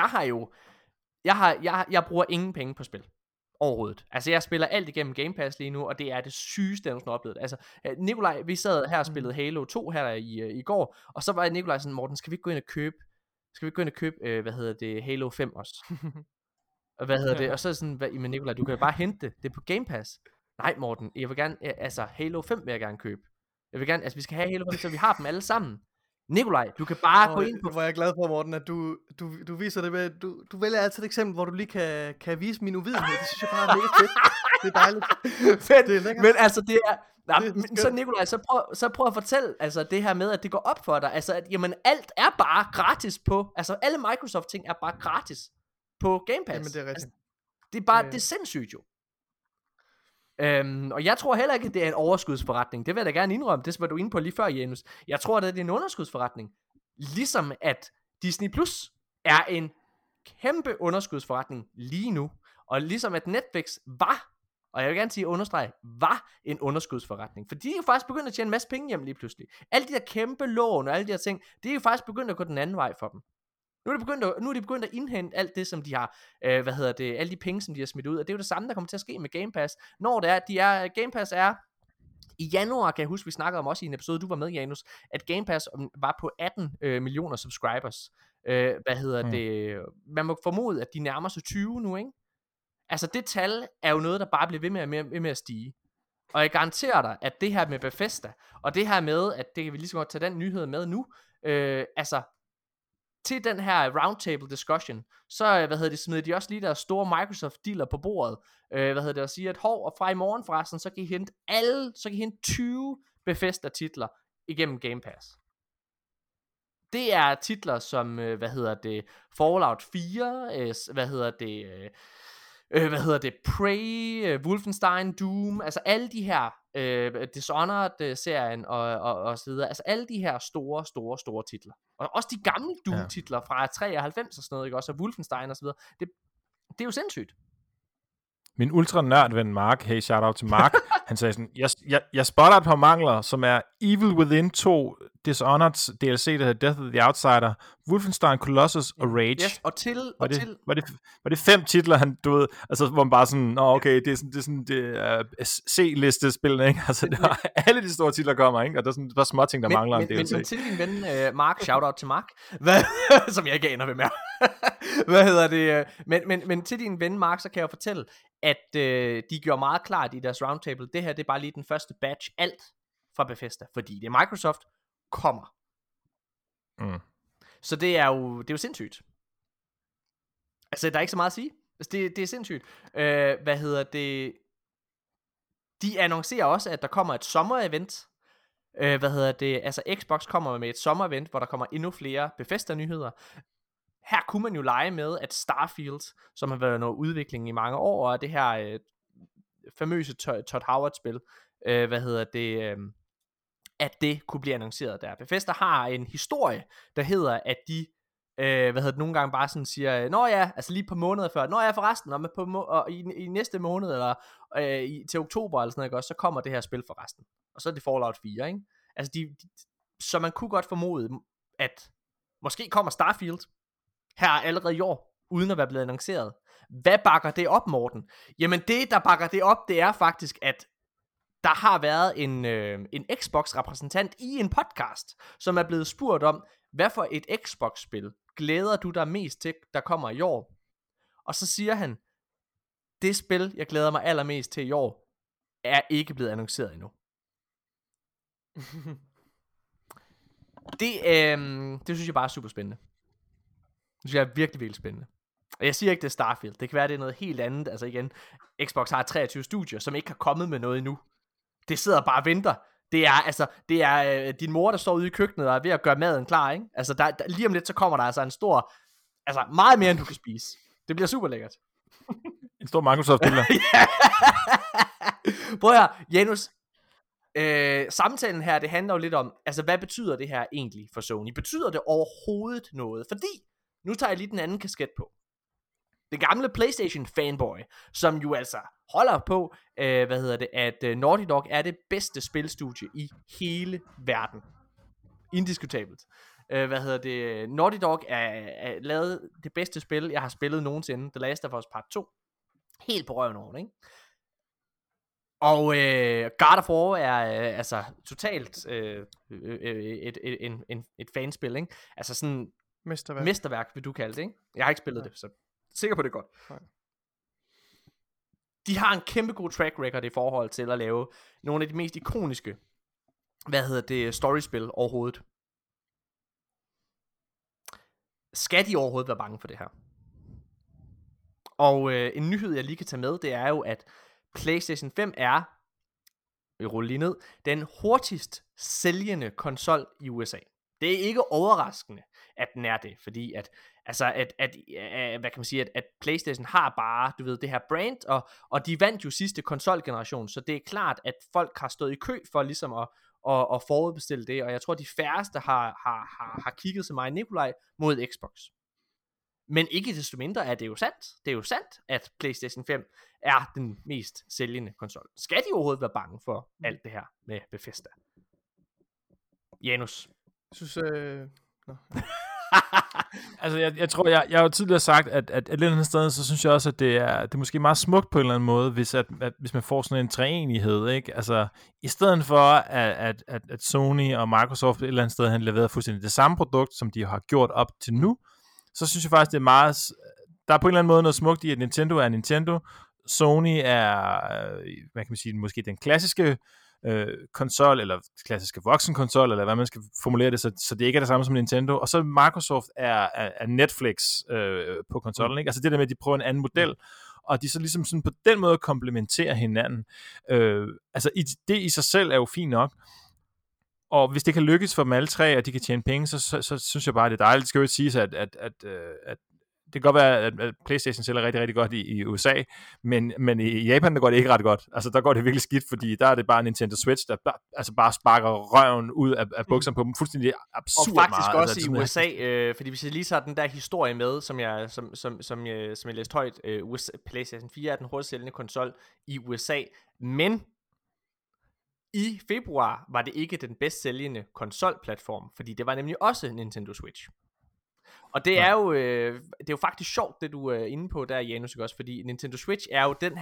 jeg bruger ingen penge på spil overhovedet. Altså jeg spiller alt igennem Game Pass lige nu, og det er det sygeste, jeg nogensinde har oplevet. Altså Nikolaj, vi sad her og spillede Halo 2 her i går, og så var Nikolaj sådan, Morten, skal vi ikke gå ind og købe Halo 5 også? Og og så er sådan, men Nikolaj, du kan jo bare hente det på Game Pass. Nej Morten, jeg vil gerne, altså Halo 5 vil jeg gerne købe. Jeg vil gerne, altså vi skal have Halo 5, så vi har dem alle sammen. Nikolaj, du kan bare gå ind på... Hvor jeg er glad for, Morten, at du viser det med... Du vælger altid et eksempel, hvor du lige kan vise min uvidenhed. Det synes jeg bare er mega fedt. Det er dejligt. Fedt. Det er lækkert. Men altså, det er... Så Nikolaj, så prøv at fortælle altså, det her med, at det går op for dig. Altså, at jamen, alt er bare gratis på... Altså, alle Microsoft-ting er bare gratis på Game Pass. Jamen, det er rigtigt. Altså, det er bare... Det er sindssygt jo. Og jeg tror heller ikke, at det er en overskudsforretning. Det vil jeg da gerne indrømme. Det var du inde på lige før, Janus. Jeg tror, at det er en underskudsforretning. Ligesom at Disney Plus er en kæmpe underskudsforretning lige nu. Og ligesom at Netflix var, og jeg vil gerne sige understrege, var en underskudsforretning. For de er jo faktisk begyndt at tjene en masse penge hjem lige pludselig. Alle de der kæmpe lån og alle de her ting, det er jo faktisk begyndt at gå den anden vej for dem. Nu er de begyndt at indhente alt det, som de har, alle de penge, som de har smidt ud, og det er jo det samme, der kommer til at ske med Game Pass. Når det er, Game Pass er, i januar, kan jeg huske, vi snakkede om også i en episode, du var med, Janus, at Game Pass var på 18 millioner subscribers. Man må formode, at de nærmer sig 20 nu, ikke? Altså det tal er jo noget, der bare bliver ved med at stige. Og jeg garanterer dig, at det her med Bethesda, og det her med, at det kan vi lige så godt tage den nyhed med nu, til den her roundtable discussion, så smider de også lige der store Microsoft dealer på bordet, og siger, at og fra i morgen forresten, så kan I hente 20 Bethesda titler igennem Game Pass. Det er titler som, Fallout 4, Prey, Wolfenstein, Doom, altså alle de her, Dishonored-serien og så videre, altså alle de her store titler. Og også de gamle Doom-titler fra 93 og sådan noget, ikke? Også Wolfenstein og så videre. Det er jo sindssygt. Min ultra-nørd-ven Mark, hey shout out til Mark, han sagde sådan, jeg spotter et par mangler, som er Evil Within 2, Dishonored DLC, der hedder Death of the Outsider, Wolfenstein Colossus og Rage. Yes, var det 5 titler, han, du ved, altså hvor man bare sådan, okay, det er C-liste-spil, ikke? Altså, alle de store titler kommer, ikke? Og der er sådan bare små ting, der mangler en DLC. Men til din ven, Mark, shout out til Mark, som jeg ikke aner, hvem er. Men til din ven, Mark, så kan jeg fortælle, at de gjorde meget klart i deres roundtable, det her, det er bare lige den første batch, alt fra Bethesda, fordi det er Microsoft, kommer. Så det er jo sindssygt. Altså, der er ikke så meget at sige. Altså, det er sindssygt. De annoncerer også, at der kommer et sommer-event. Altså, Xbox kommer med et sommer-event, hvor der kommer endnu flere Bethesda-nyheder. Her kunne man jo lege med, at Starfield, som har været noget udvikling i mange år, og det her famøse Todd Howard-spil, at det kunne blive annonceret der. Bethesda har en historie, der hedder, at de nogle gange bare sådan siger, nå ja, altså lige på måneder før, nå ja forresten, og i næste måned, eller til oktober, eller sådan noget, så kommer det her spil forresten. Og så er det Fallout 4, ikke? Altså så man kunne godt formode, at måske kommer Starfield her allerede i år, uden at være blevet annonceret. Hvad bakker det op, Morten? Jamen det, der bakker det op, det er faktisk, at der har været en Xbox-repræsentant i en podcast, som er blevet spurgt om, hvad for et Xbox-spil glæder du dig mest til, der kommer i år? Og så siger han, det spil, jeg glæder mig allermest til i år, er ikke blevet annonceret endnu. Det synes jeg bare er super spændende. Det synes jeg er virkelig, virkelig spændende. Og jeg siger ikke, det er Starfield. Det kan være, det er noget helt andet. Altså igen, Xbox har 23 studier, som ikke har kommet med noget endnu. Det sidder bare og venter. Det er din mor, der står ude i køkkenet og er ved at gøre maden klar, ikke? Altså, lige om lidt, så kommer der altså en stor... Altså, meget mere, end du kan spise. Det bliver super lækkert. En stor Microsoft-spiller. Prøv her, Janus. Samtalen her, det handler jo lidt om, altså, hvad betyder det her egentlig for Sony? Betyder det overhovedet noget? Fordi, nu tager jeg lige den anden kasket på. Det gamle PlayStation fanboy, som jo altså holder på, at Naughty Dog er det bedste spilstudie i hele verden. Indiskutabelt. Naughty Dog er lavet det bedste spil, jeg har spillet nogensinde. The Last of Us Part 2. Helt på røven over det, ikke? Og God of War er altså totalt et fanspil, ikke? Altså sådan mesterværk, vil du kalde det, ikke? Jeg har ikke spillet det, så sikker på det godt. Nej. De har en kæmpe god track record i forhold til at lave nogle af de mest ikoniske storyspil overhovedet. Skal de overhovedet være bange for det her? Og en nyhed jeg lige kan tage med, det er jo at PlayStation 5 er, vi ruller lige ned, den hurtigst sælgende konsol i USA. Det er ikke overraskende, at den er det, fordi at hvad kan man sige, at PlayStation har bare, du ved, det her brand, og de vandt jo sidste konsolgeneration, så det er klart, at folk har stået i kø for ligesom at forudbestille det, og jeg tror, de færreste har kigget så meget Nikolaj mod Xbox. Men ikke desto mindre er det jo sandt. Det er jo sandt, at PlayStation 5 er den mest sælgende konsol. Skal de overhovedet være bange for alt det her med Bethesda? Janus? Jeg synes, Altså, jeg tror, jeg har jo tidligere sagt, at et eller andet sted, så synes jeg også, at det er måske meget smukt på en eller anden måde, hvis man får sådan en treenighed, ikke? Altså, i stedet for, at Sony og Microsoft et eller andet sted har leveret fuldstændig det samme produkt, som de har gjort op til nu, så synes jeg faktisk, det er meget... Der er på en eller anden måde noget smukt i, at Nintendo er Nintendo. Sony er, hvad kan man sige, måske den klassiske konsol, eller klassiske voksenkonsol, eller hvad man skal formulere det, så det ikke er det samme som Nintendo. Og så Microsoft er Netflix på konsollen, ikke? Altså det der med, at de prøver en anden model, og de så ligesom sådan på den måde komplementerer hinanden. Altså det i sig selv er jo fint nok. Og hvis det kan lykkes for dem alle tre, og de kan tjene penge, så synes jeg bare, det er dejligt. Det skal jo ikke siges, at det kan godt være, at PlayStation sælger rigtig, rigtig godt i USA, men i Japan, der går det ikke ret godt. Altså, der går det virkelig skidt, fordi der er det bare Nintendo Switch, der bare sparker røven ud af bukserne på dem. Fuldstændig absurd meget. Og faktisk meget. også Altså, i USA, fordi hvis jeg lige tager den der historie med, som jeg læste højt, PlayStation 4 er den hurtigst sælgende konsol i USA, men i februar var det ikke den bedst sælgende konsolplatform, fordi det var nemlig også Nintendo Switch. Og det er jo faktisk sjovt, det du er inde på der, Janus, også, fordi Nintendo Switch er jo den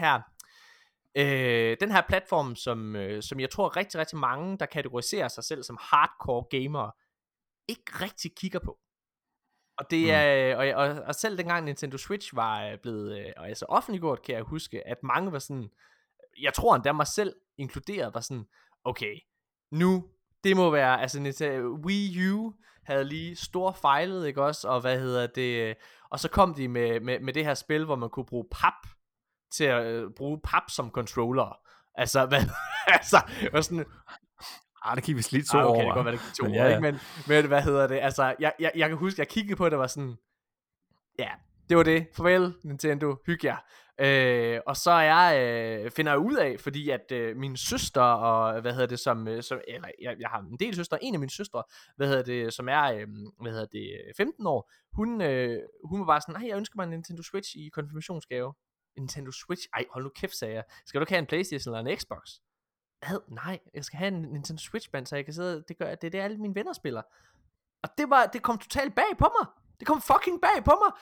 her platform, som jeg tror rigtig, rigtig mange, der kategoriserer sig selv som hardcore gamere, ikke rigtig kigger på. Og det er og selv dengang Nintendo Switch var blevet altså offentliggjort, kan jeg huske, at mange var sådan, jeg tror endda mig selv inkluderet, var sådan, okay, nu, det må være, altså Wii U havde lige storfejlet, ikke også, og og så kom de med det her spil, hvor man kunne bruge pap til at bruge pap som controller. Altså, var sådan... det gik vi lidt 2 år. Okay, det kan godt være, det gik 2 år, ikke? Men altså, jeg kan huske, jeg kiggede på det, var sådan, ja, det var det. Farvel, Nintendo, hygge jer. Og så finder jeg ud af, fordi at min søster og jeg har en del søstre, en af mine søstre, som er 15 år, hun var bare sådan, nej, jeg ønsker mig en Nintendo Switch i konfirmationsgave. Nintendo Switch? Ej, hold nu kæft, sagde jeg. Skal du ikke have en PlayStation eller en Xbox? Nej, jeg skal have en Nintendo Switch, så jeg kan sidde, det er det alle mine venner spiller. Og det kom totalt bag på mig. Det kom fucking bag på mig.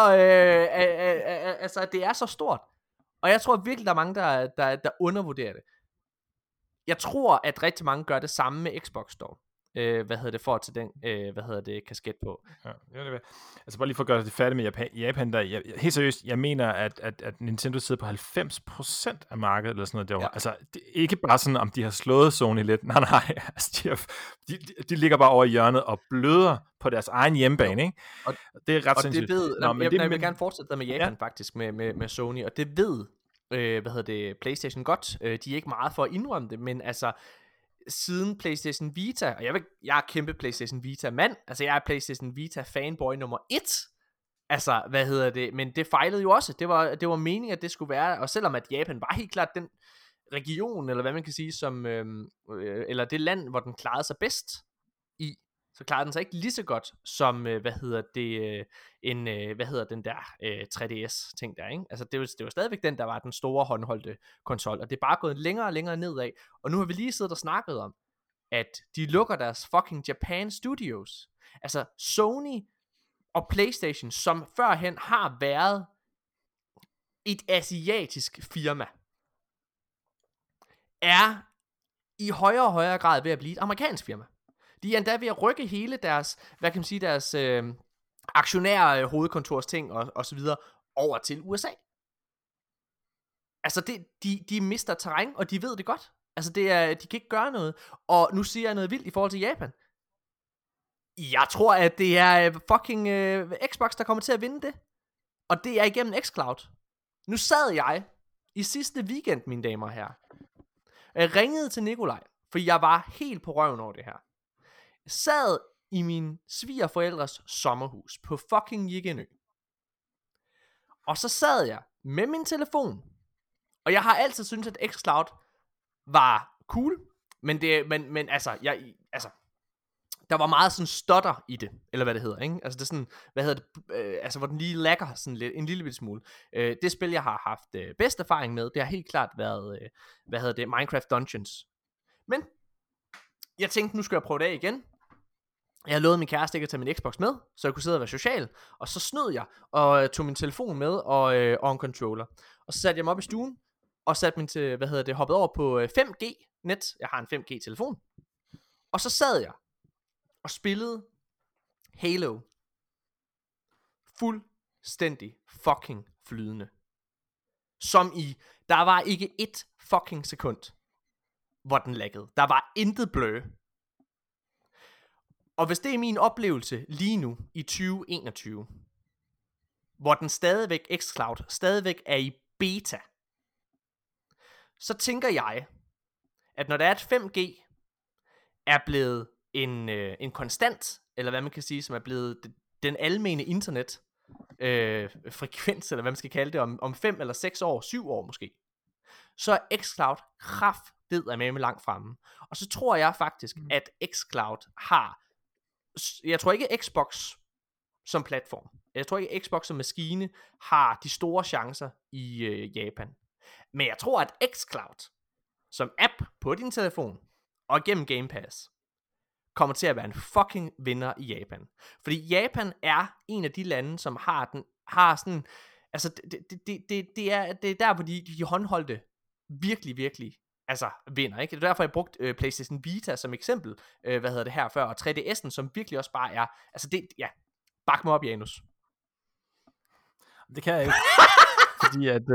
Altså, det er så stort. Og jeg tror virkelig, der er mange, der undervurderer det. Jeg tror, at rigtig mange gør det samme med Xbox dog. for at tage den, kasket på. Ja, det altså bare lige for at gøre det færdigt med Japan der, helt seriøst, jeg mener, at Nintendo sidder på 90% af markedet, eller sådan noget derovre. Ja. Altså, det er ikke bare sådan, om de har slået Sony lidt. Nej, altså, de ligger bare over i hjørnet og bløder på deres egen hjemmebane, ikke? Og det er ret og sindssygt. Jeg vil gerne fortsætte der med Japan faktisk, med Sony, og det ved, PlayStation godt. De er ikke meget for at indrømme det, men altså, siden PlayStation Vita, og jeg er kæmpe PlayStation Vita mand, altså jeg er PlayStation Vita fanboy nummer 1, altså men det fejlede jo også, det var meningen at det skulle være, og selvom at Japan var helt klart den region, eller hvad man kan sige, som eller det land, hvor den klarede sig bedst i, så klarede den sig ikke lige så godt som den der 3DS ting der, ikke? Altså det var stadigvæk den, der var den store håndholdte konsol, og det er bare gået længere og længere nedad, og nu har vi lige siddet og snakket om, at de lukker deres fucking Japan Studios. Altså Sony og PlayStation, som førhen har været et asiatisk firma, er i højere og højere grad ved at blive et amerikansk firma. De er endda ved at rykke hele deres, hvad kan man sige, deres aktionære hovedkontors ting og så videre over til USA. Altså de mister terræn, og de ved det godt. Altså de kan ikke gøre noget. Og nu siger jeg noget vildt i forhold til Japan. Jeg tror, at det er fucking Xbox, der kommer til at vinde det. Og det er igennem xCloud. Nu sad jeg i sidste weekend, mine damer og herrer. Jeg ringede til Nikolaj, for jeg var helt på røven over det her. Jeg sad i min svigerforældres sommerhus på fucking Jiggenø. Og så sad jeg med min telefon. Og jeg har altid syntes, at xCloud var cool. Men altså, der var meget sådan stutter i det, eller hvad det hedder, ikke? Altså det er sådan, hvor den lige lagger sådan lidt, en lille bitte smule. Det spil, jeg har haft bedst erfaring med, det har helt klart været, Minecraft Dungeons. Men jeg tænkte, nu skal jeg prøve det af igen. Jeg lovede min kæreste ikke at tage min Xbox med, så jeg kunne sidde og være social. Og så snød jeg, og tog min telefon med, og en controller. Og så satte jeg mig op i stuen, og satte min til, hoppede over på 5G net. Jeg har en 5G telefon. Og så sad jeg og spillede Halo. Fuldstændig fucking flydende. Som i, der var ikke et fucking sekund, hvor den laggede. Der var intet blø. Og hvis det er min oplevelse lige nu i 2021, hvor den stadigvæk, xCloud, stadigvæk er i beta, så tænker jeg, at når der er et 5G, er blevet en konstant, eller hvad man kan sige, som er blevet den almene internet frekvens, eller hvad man skal kalde det, om 5 eller 6 år, 7 år måske, så er xCloud kraftedeme med langt fremme. Og så tror jeg faktisk, at xCloud har, jeg tror ikke Xbox som platform, jeg tror ikke Xbox som maskine har de store chancer i Japan. Men jeg tror, at xCloud som app på din telefon og gennem Game Pass kommer til at være en fucking vinder i Japan. Fordi Japan er en af de lande, som har sådan, altså det er der, hvor de håndholdte virkelig altså vinder, ikke? Det er derfor, jeg brugte PlayStation Vita som eksempel, her før, og 3DS'en, som virkelig også bare er, altså det, ja, bak mig op, Janus. Det kan jeg ikke. Fordi at,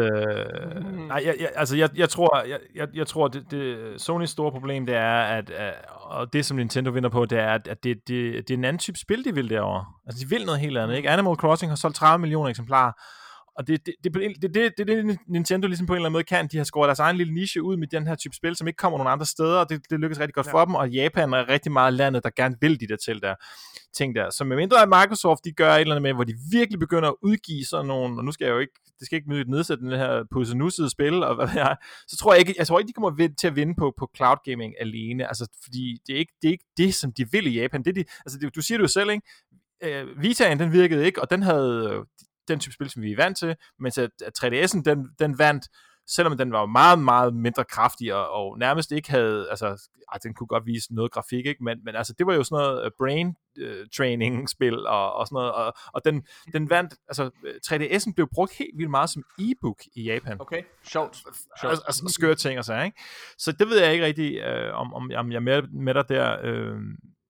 jeg tror, det Sonys store problem, det er, at, og det som Nintendo vinder på, det er, at det er en anden type spil, de vil derovre. Altså, de vil noget helt andet, ikke? Animal Crossing har solgt 30 millioner eksemplarer, og det Nintendo ligesom på en eller anden måde kan. De har skåret deres egen lille niche ud med den her type spil, som ikke kommer nogen andre steder, og det lykkes rigtig godt for dem, og Japan er rigtig meget landet, der gerne vil de der ting der. Så med mindre af Microsoft, de gør et eller andet med, hvor de virkelig begynder at udgive sådan nogle, og nu skal jeg jo ikke, det skal ikke nedsætte den her pussenussede spil, og hvad det er, så tror jeg ikke, de kommer til at vinde på cloud gaming alene, altså fordi det er ikke det, som de vil i Japan. Du siger det jo selv, ikke? Vitaen, den virkede ikke, og den havde den type spil, som vi er vant til, mens at 3DS'en, den vandt, selvom den var meget, meget mindre kraftig, og nærmest ikke havde, altså, den kunne godt vise noget grafik, ikke? Men altså, det var jo sådan noget brain training-spil, og sådan noget, og den vandt, altså, 3DS'en blev brugt helt vildt meget som e-book i Japan. Okay, sjovt. Altså, skøre ting og så, ikke? Så det ved jeg ikke rigtig, om jeg er med dig der,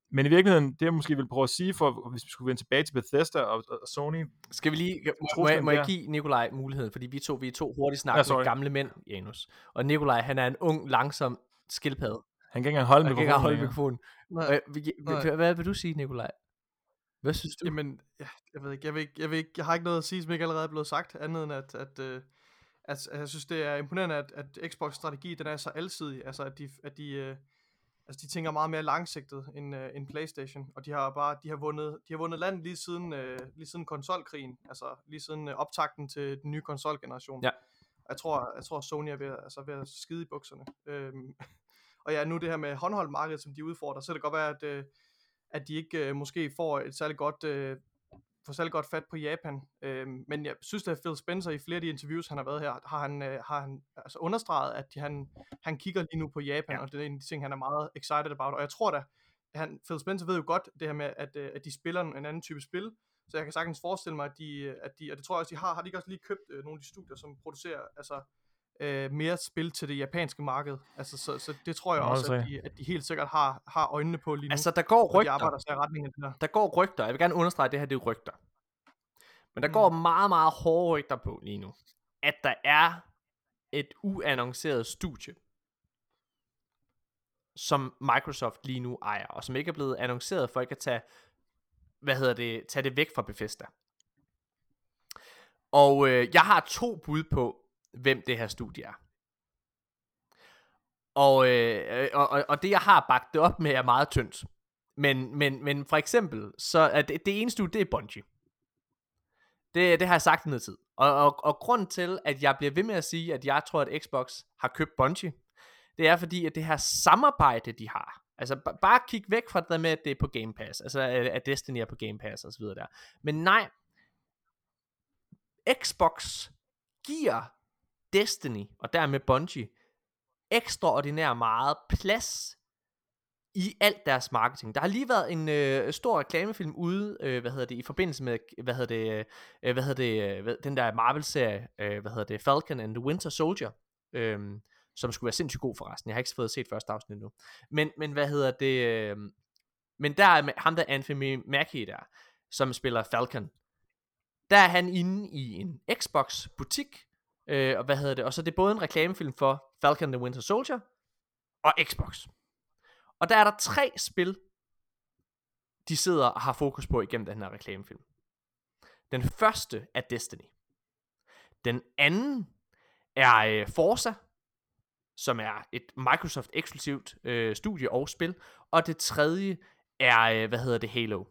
Men i virkeligheden, det jeg måske vil prøve at sige, for hvis vi skulle vende tilbage til Bethesda og Sony. Skal vi lige, må jeg give Nikolaj muligheden, fordi vi er to hurtigt snakker med gamle mænd, Janus. Og Nikolaj, han er en ung, langsom skildpadde. Han kan ikke engang holde mikrofonen. Hvad vil du sige, Nikolaj? Hvad synes du? Jamen, jeg ved ikke, jeg har ikke noget at sige, som ikke allerede er blevet sagt, andet end at jeg synes, det er imponerende, at Xbox strategi, den er så alsidig, altså at de tænker meget mere langsigtet end PlayStation, og de har vundet land lige siden konsolkrigen, altså lige siden optakten til den nye konsolgeneration. Ja. Jeg tror Sony er ved at skide i bukserne. Og ja, nu det her med håndholdt markedet, som de udfordrer, så kan det godt være, at de ikke måske får et særlig godt fat på Japan. Men jeg synes, at Phil Spencer i flere af de interviews, han har været her, har han altså understreget, at han kigger lige nu på Japan, og det er en af de ting, han er meget excited about. Og jeg tror da, Phil Spencer ved jo godt det her med, at de spiller en anden type spil, så jeg kan sagtens forestille mig, at de og det tror jeg også, de har de ikke også lige købt nogle af de studier, som producerer altså mere spil til det japanske marked. Altså, så det tror jeg også, at de helt sikkert har øjnene på lige nu. Altså, der går rygter. De arbejder sig i retning af det der. Der går rygter. Jeg vil gerne understrege, at det her det er rygter. Men der går meget, meget hårde rygter på lige nu, at der er et uannonceret studie, som Microsoft lige nu ejer, og som ikke er blevet annonceret for ikke at tage det væk fra Bethesda. Og jeg har 2 bud på, hvem det her studie er. Og det jeg har bagt det op med er meget tyndt. Men for eksempel, så er det ene studie, det er Bungie. Det har jeg sagt i noget tid. Og grund til, at jeg bliver ved med at sige, at jeg tror, at Xbox har købt Bungie, det er fordi, at det her samarbejde, de har, altså bare kig væk fra det med, at det er på Game Pass, altså at Destiny er på Game Pass og så videre der. Men nej, Xbox giver Destiny, og dermed Bungie, ekstraordinær meget plads i alt deres marketing. Der har lige været en stor reklamefilm ude, i forbindelse med, den der Marvel-serie, Falcon and the Winter Soldier, som skulle være sindssygt god forresten. Jeg har ikke fået set første afsnit nu. Men men der er ham der Anthony Mackie der, som spiller Falcon. Der er han inde i en Xbox butik, og så det er både en reklamefilm for Falcon the Winter Soldier og Xbox. Og der er der 3 spil, de sidder og har fokus på igennem den her reklamefilm. Den første er Destiny. Den anden er Forza, som er et Microsoft eksklusivt studie og spil. Og det tredje er, Halo.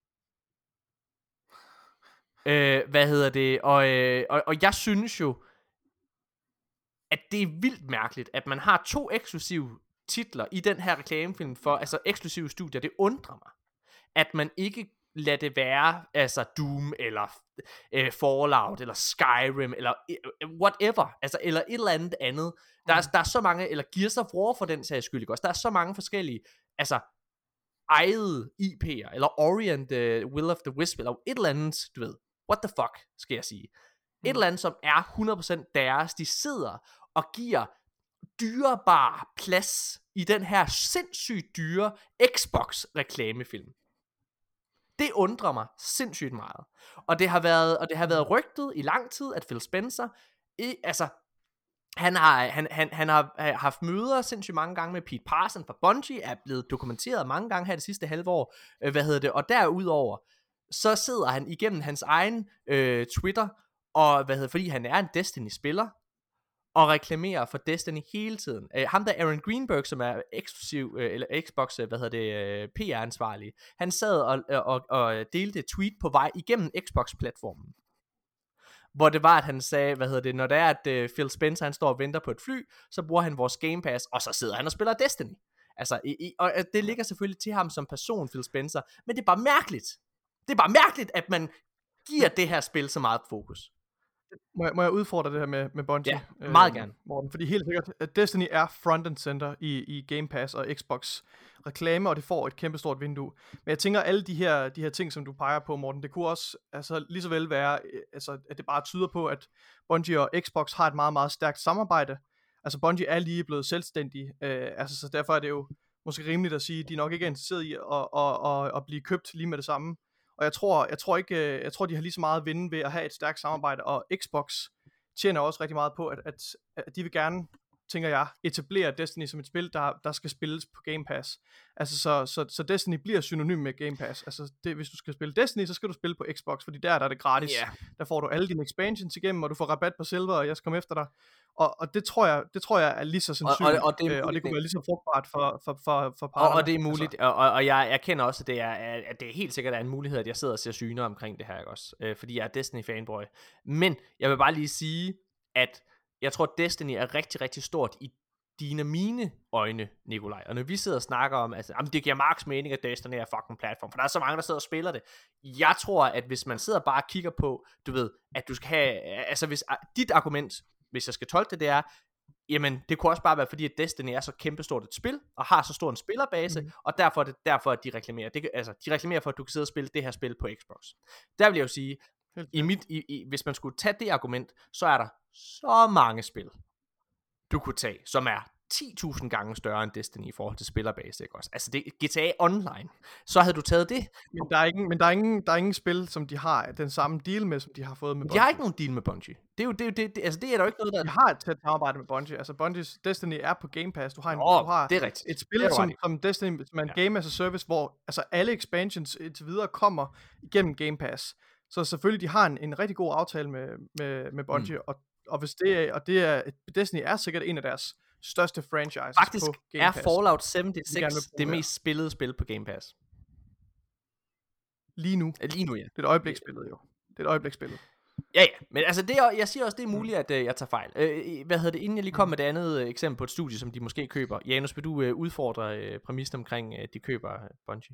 Og jeg synes jo, at det er vildt mærkeligt, at man har 2 eksklusive titler i den her reklamefilm for, altså eksklusive studier. Det undrer mig, at man ikke lader det være, altså Doom, eller Fallout, eller Skyrim, eller whatever, altså, eller et eller andet. Der er så mange, eller Gears of War for den sags skyld, også. Der er så mange forskellige, altså, ejede IP'er, eller Ori and the Will of the Wisp, eller et eller andet, du ved, what the fuck, skal jeg sige. Et eller andet, som er 100% deres. De sidder og giver dyrebar plads i den her sindssygt dyre Xbox reklamefilm. Det undrer mig sindssygt meget. Og det har været rygtet i lang tid, at Phil Spencer, han har haft møder sindssygt mange gange med Pete Parsons fra Bungie, er blevet dokumenteret mange gange her det sidste halve år, og derudover, så sidder han igennem hans egen Twitter, og fordi han er en Destiny-spiller, og reklamerer for Destiny hele tiden. Ham der Aaron Greenberg, som er eksklusiv, eller Xbox, PR-ansvarlig, han sad og delte et tweet på vej igennem Xbox-platformen, hvor det var, at han sagde, når det er, at Phil Spencer, han står og venter på et fly, så bruger han vores Game Pass, og så sidder han og spiller Destiny. Altså, og det ligger selvfølgelig til ham som person, Phil Spencer, men det er bare mærkeligt. Det er bare mærkeligt, at man giver det her spil så meget fokus. Må jeg udfordre det her med Bungie? Ja, meget gerne. Morten, fordi helt sikkert, at Destiny er front and center i Game Pass og Xbox reklame, og det får et kæmpestort vindue. Men jeg tænker, alle de her ting, som du peger på, Morten, det kunne også lige så vel være, at det bare tyder på, at Bungie og Xbox har et meget, meget stærkt samarbejde. Altså Bungie er lige blevet selvstændig, så derfor er det jo måske rimeligt at sige, at de nok ikke er interesseret i at blive købt lige med det samme. Og jeg tror de har lige så meget at vinde ved at have et stærkt samarbejde, og Xbox tjener også rigtig meget på, at de vil gerne, tænker jeg, etablere Destiny som et spil, der skal spilles på Game Pass. Altså så Destiny bliver synonym med Game Pass. Altså hvis du skal spille Destiny, så skal du spille på Xbox, fordi der er det gratis. Yeah. Der får du alle dine expansions igennem, og du får rabat på Silver, og jeg skal komme efter dig. Og det tror jeg er lige så sandsynligt, og det kunne være lige så frugtbart for parterne. Og det er muligt, altså. og jeg erkender også, at det er helt sikkert er en mulighed, at jeg sidder og ser syner omkring det her, ikke også? Fordi jeg er Destiny-fanboy. Men jeg vil bare lige sige, at jeg tror, at Destiny er rigtig, rigtig stort i dine og mine øjne, Nikolaj. Og når vi sidder og snakker om, altså, det giver Marks mening, at Destiny er fucking platform, for der er så mange, der sidder og spiller det. Jeg tror, at hvis man sidder bare og kigger på, du ved, at du skal have, altså hvis dit argument, hvis jeg skal tolke det, det er, jamen, det kunne også bare være, fordi at Destiny er så kæmpestort et spil, og har så stor en spillerbase, og derfor at de reklamerer. De reklamerer for, at du kan sidde og spille det her spil på Xbox. Der vil jeg jo sige, hvis man skulle tage det argument, så er der så mange spil, du kunne tage, som er 10.000 gange større end Destiny i forhold til spillerbase, ikke også? Altså det GTA Online, så havde du taget det. Men der er ingen spil, som de har den samme deal med, som de har fået med Bungie. De har ikke nogen deal med Bungie. Det er der jo ikke noget, der... De har et tæt samarbejde med Bungie. Altså Bungies Destiny er på Game Pass. Du har det er rigtigt. Et spil som Destiny, som er en game as a service, hvor altså alle expansions indtil videre kommer igennem Game Pass. Så selvfølgelig, de har en rigtig god aftale med Bungie, og hvis det er Destiny er sikkert en af deres største franchises faktisk på Game Pass. Faktisk er Fallout 76 det mest spillede spil på Game Pass. Lige nu. Lige nu, ja. Det er et øjebliksbillede, jo. Det er et øjebliksbillede. Ja, men altså jeg siger også, det er muligt, at jeg tager fejl. Inden jeg lige kom med det andet eksempel på et studie, som de måske køber. Janus, vil du udfordre præmissen omkring, at de køber Bungie?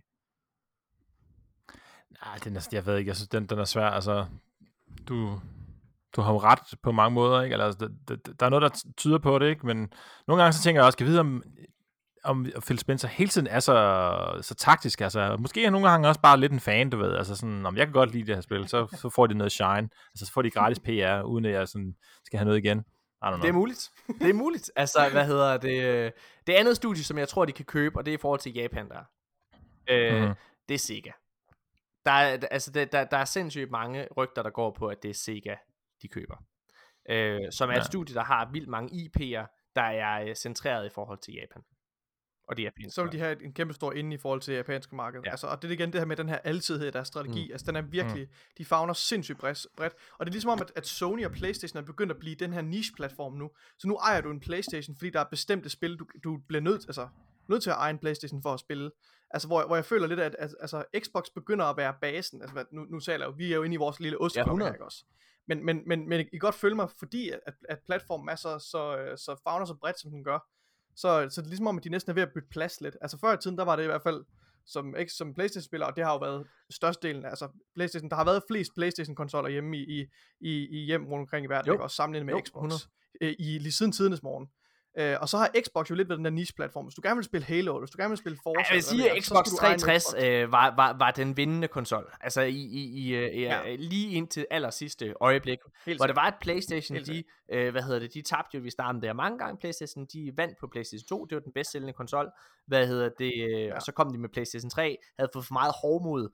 Nej, jeg ved ikke, jeg synes, den er svær. Altså, du har jo ret på mange måder, ikke? Altså, der er noget, der tyder på det, ikke? Men nogle gange så tænker jeg også, kan jeg vide, om Phil Spencer hele tiden er så taktisk. Altså, måske er nogle gange også bare lidt en fan, du ved. Altså sådan, om jeg kan godt lide det her spil, så får de noget shine. Altså, så får de gratis PR, uden at jeg sådan skal have noget igen. Det er muligt. Det er muligt. Altså, det andet studie, som jeg tror, de kan købe, og det er i forhold til Japan, det er Sega. Der er sindssygt mange rygter, der går på, at det er Sega, de køber. Som er et studie, der har vildt mange IP'er, der er centreret i forhold til Japan. Og det er så vil de have en kæmpe stor inde i forhold til japanske marked. Ja. Altså, og det er igen det her med den her altidighed af deres strategi. Altså den er virkelig, de favner sindssygt bredt. Og det er ligesom om, at Sony og PlayStation er begyndt at blive den her niche-platform nu. Så nu ejer du en PlayStation, fordi der er bestemte spil, du bliver nødt til at eje en PlayStation for at spille. Altså hvor jeg føler lidt, at altså, Xbox begynder at være basen. Altså nu taler vi er jo inde i vores lille ostklub her, ikke også? Men I kan godt følge mig, fordi at platformen er så favner så bredt, som den gør. Så det er ligesom om, at de næsten er ved at bytte plads lidt. Altså før i tiden, der var det i hvert fald som PlayStation-spiller, og det har jo været størstedelen, altså PlayStation, der har været flest PlayStation-konsoller hjemme i hjem rundt omkring i verden, ikke? Også sammenlignet med Xbox, lige siden tidernes morgen. Og så har Xbox jo lidt været den der niche-platform. Hvis du gerne vil spille Halo, hvis du gerne vil spille Forza... Jeg vil sige, at Xbox 360 var den vindende konsol. Altså lige indtil aller sidste øjeblik. Hvor det var et PlayStation, de tabte jo, vi startede der mange gange. PlayStation, de vandt på PlayStation 2. Det var den bedst sælgende konsol. Og så kom de med PlayStation 3. Havde fået for meget hårdmod.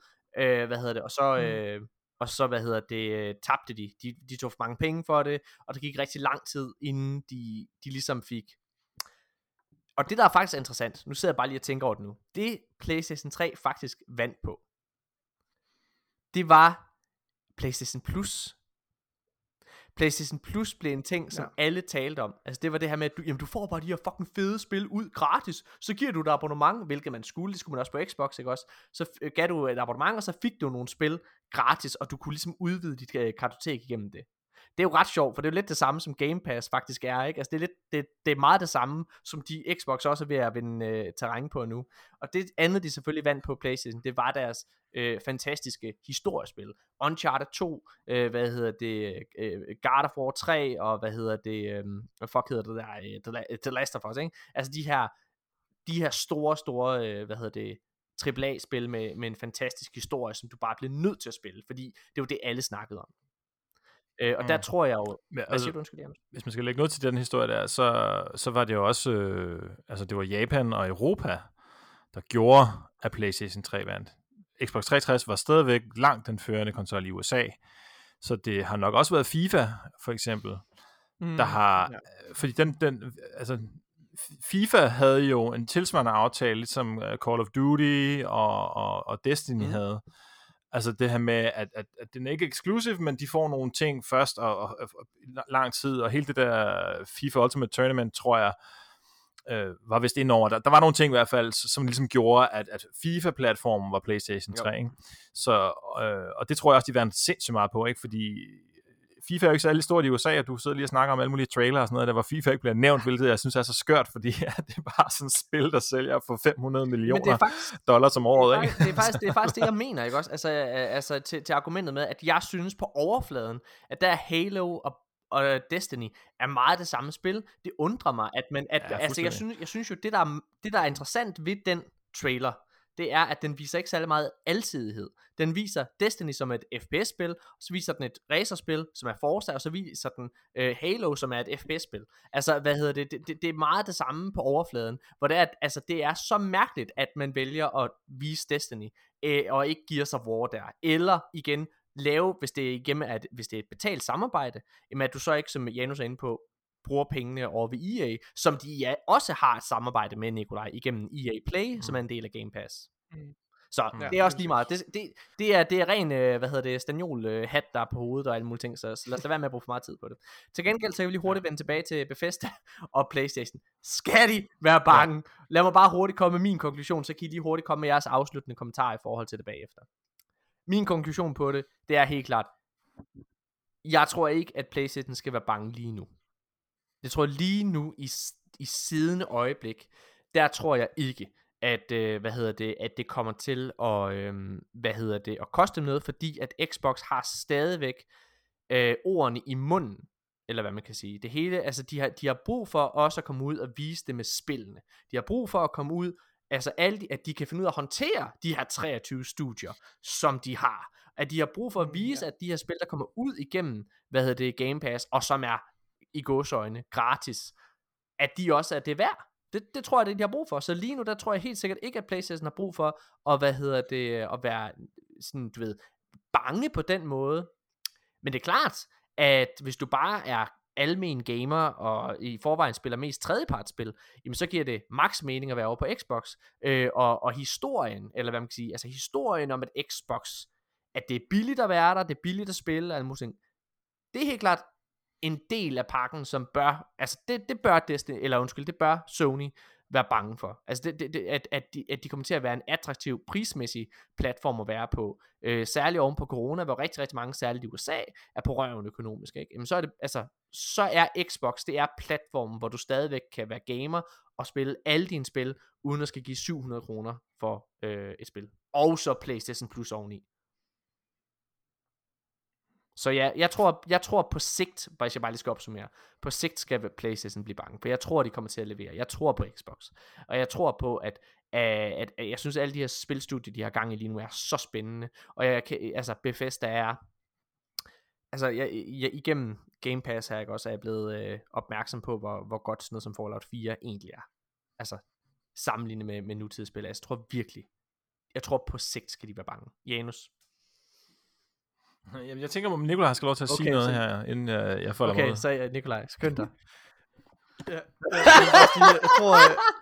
Og så tabte de tog for mange penge for det, og det gik rigtig lang tid, inden de ligesom fik. Og det der er faktisk interessant, nu sidder jeg bare lige og tænker over det nu, det PlayStation 3 faktisk vandt på, det var PlayStation Plus. PlayStation Plus blev en ting, som alle talte om. Altså det var det her med, at du får bare de her fucking fede spil ud gratis. Så giver du et abonnement, hvilket man skulle. Det skulle man også på Xbox, ikke også? Så gav du et abonnement, og så fik du nogle spil gratis, og du kunne ligesom udvide dit kartotek igennem det. Det er jo ret sjovt, for det er jo lidt det samme, som Game Pass faktisk er, ikke? Altså det er meget det samme, som de Xbox også er ved at vinde terræn på nu. Og det andet, de selvfølgelig vandt på PlayStation, det var deres fantastiske historiespil. Uncharted 2, God of War 3, og The Last of Us, ikke? Altså de her store, AAA-spil med en fantastisk historie, som du bare bliver nødt til at spille, fordi det er jo det, alle snakkede om. Og der tror jeg jo... Hvad siger du, undskyld, Janus? Hvis man skal lægge noget til den historie der, så var det jo også... det var Japan og Europa, der gjorde, at PlayStation 3 vandt. Xbox 360 var stadigvæk langt den førende konsol i USA, så det har nok også været FIFA, for eksempel, der har, fordi altså, FIFA havde jo en tilsvarende aftale, ligesom Call of Duty og Destiny havde. Altså det her med, at den er ikke exclusive, men de får nogle ting først og lang tid, og hele det der FIFA Ultimate Tournament, tror jeg, var vist indover. Der var nogle ting i hvert fald, som ligesom gjorde, at FIFA-platformen var PlayStation 3, ikke? Så, og det tror jeg også, de vandt sindssygt meget på, ikke? Fordi FIFA er jo ikke særlig stort i USA, og du sidder lige og snakker om alle mulige trailere og sådan noget, der hvor FIFA ikke bliver nævnt, hvilket jeg synes er så skørt, fordi det er bare sådan et spil, der sælger for $500 millioner dollars om året, ikke? Det er faktisk det, jeg mener, ikke også? Altså til argumentet med, at jeg synes på overfladen, at der er Halo og Destiny er meget det samme spil. Det undrer mig, at man, altså jeg synes jo, det der er interessant ved den trailer, det er, at den viser ikke særlig meget alsidighed. Den viser Destiny som et FPS-spil, og så viser den et racerspil, som er Forza, og så viser den Halo, som er et FPS-spil. Altså, det er meget det samme på overfladen, hvor det er, altså, det er så mærkeligt, at man vælger at vise Destiny, og ikke Gears of War der. Eller igen, lave, hvis det er et betalt samarbejde, jamen at du så ikke, som Janus er inde på, bruger pengene over ved EA, som de også har et samarbejde med, Nikolaj, igennem EA Play, som er en del af Game Pass. Så det er også lige meget. Det er ren, stanjol hat, der er på hovedet og alle mulige ting, så lad os lade være med at bruge for meget tid på det. Til gengæld, så kan vi lige hurtigt vende tilbage til Bethesda og PlayStation. Skal de være bange? Ja. Lad mig bare hurtigt komme med min konklusion, så kan I lige hurtigt komme med jeres afsluttende kommentarer i forhold til det bagefter. Min konklusion på det er helt klart, jeg tror ikke, at PlayStation skal være bange lige nu. Jeg tror lige nu i siddende øjeblik, der tror jeg ikke, at at det kommer til at at koste noget, fordi at Xbox har stadigvæk ordene i munden, eller hvad man kan sige. Det hele, altså de har brug for også at komme ud og vise det med spillene. De har brug for at komme ud, altså at de kan finde ud af at håndtere de her 23 studier, som de har. At de har brug for at vise, at de her spil, der kommer ud igennem, Game Pass, og som er i gåseøjne gratis, at de også er det værd. Det tror jeg, det de har brug for. Så lige nu, der tror jeg helt sikkert ikke, at PlayStation har brug for at, at være sådan, du ved, bange på den måde. Men det er klart, at hvis du bare er almen gamer, og i forvejen spiller mest tredjepartsspil, jamen så giver det max mening at være over på Xbox, og historien, eller hvad man kan sige, altså historien om et Xbox, at det er billigt at være der, det er billigt at spille, det er helt klart en del af pakken, som bør, altså det bør det bør Sony være bange for. Altså at de kommer til at være en attraktiv prismæssig platform at være på, særligt oven på corona, hvor rigtig, rigtig mange, særligt i USA, er på røven økonomisk, ikke? Jamen så er det, altså, så er Xbox, det er platformen, hvor du stadigvæk kan være gamer og spille alle dine spil, uden at skal give 700 kroner for et spil. Og så PlayStation Plus oveni. Så ja, jeg tror på sigt, hvis jeg bare lige skal opsummere, på sigt skal PlayStation blive bange, for jeg tror, de kommer til at levere. Jeg tror på Xbox, og jeg tror på, at jeg synes, at alle de her spilstudier, de har gang i lige nu, er så spændende, og Bethesda er, altså igennem Game Pass her, ikke, også er jeg blevet opmærksom på, hvor godt sådan noget som Fallout 4 egentlig er. Altså, sammenlignet med nutidsspil. Jeg tror på sigt skal de være bange. Janus? Jeg tænker, om Nikolaj skal lov til at sige noget her, inden jeg folder mig ud. Okay, så Nikolaj, skynd dig. Jeg tror...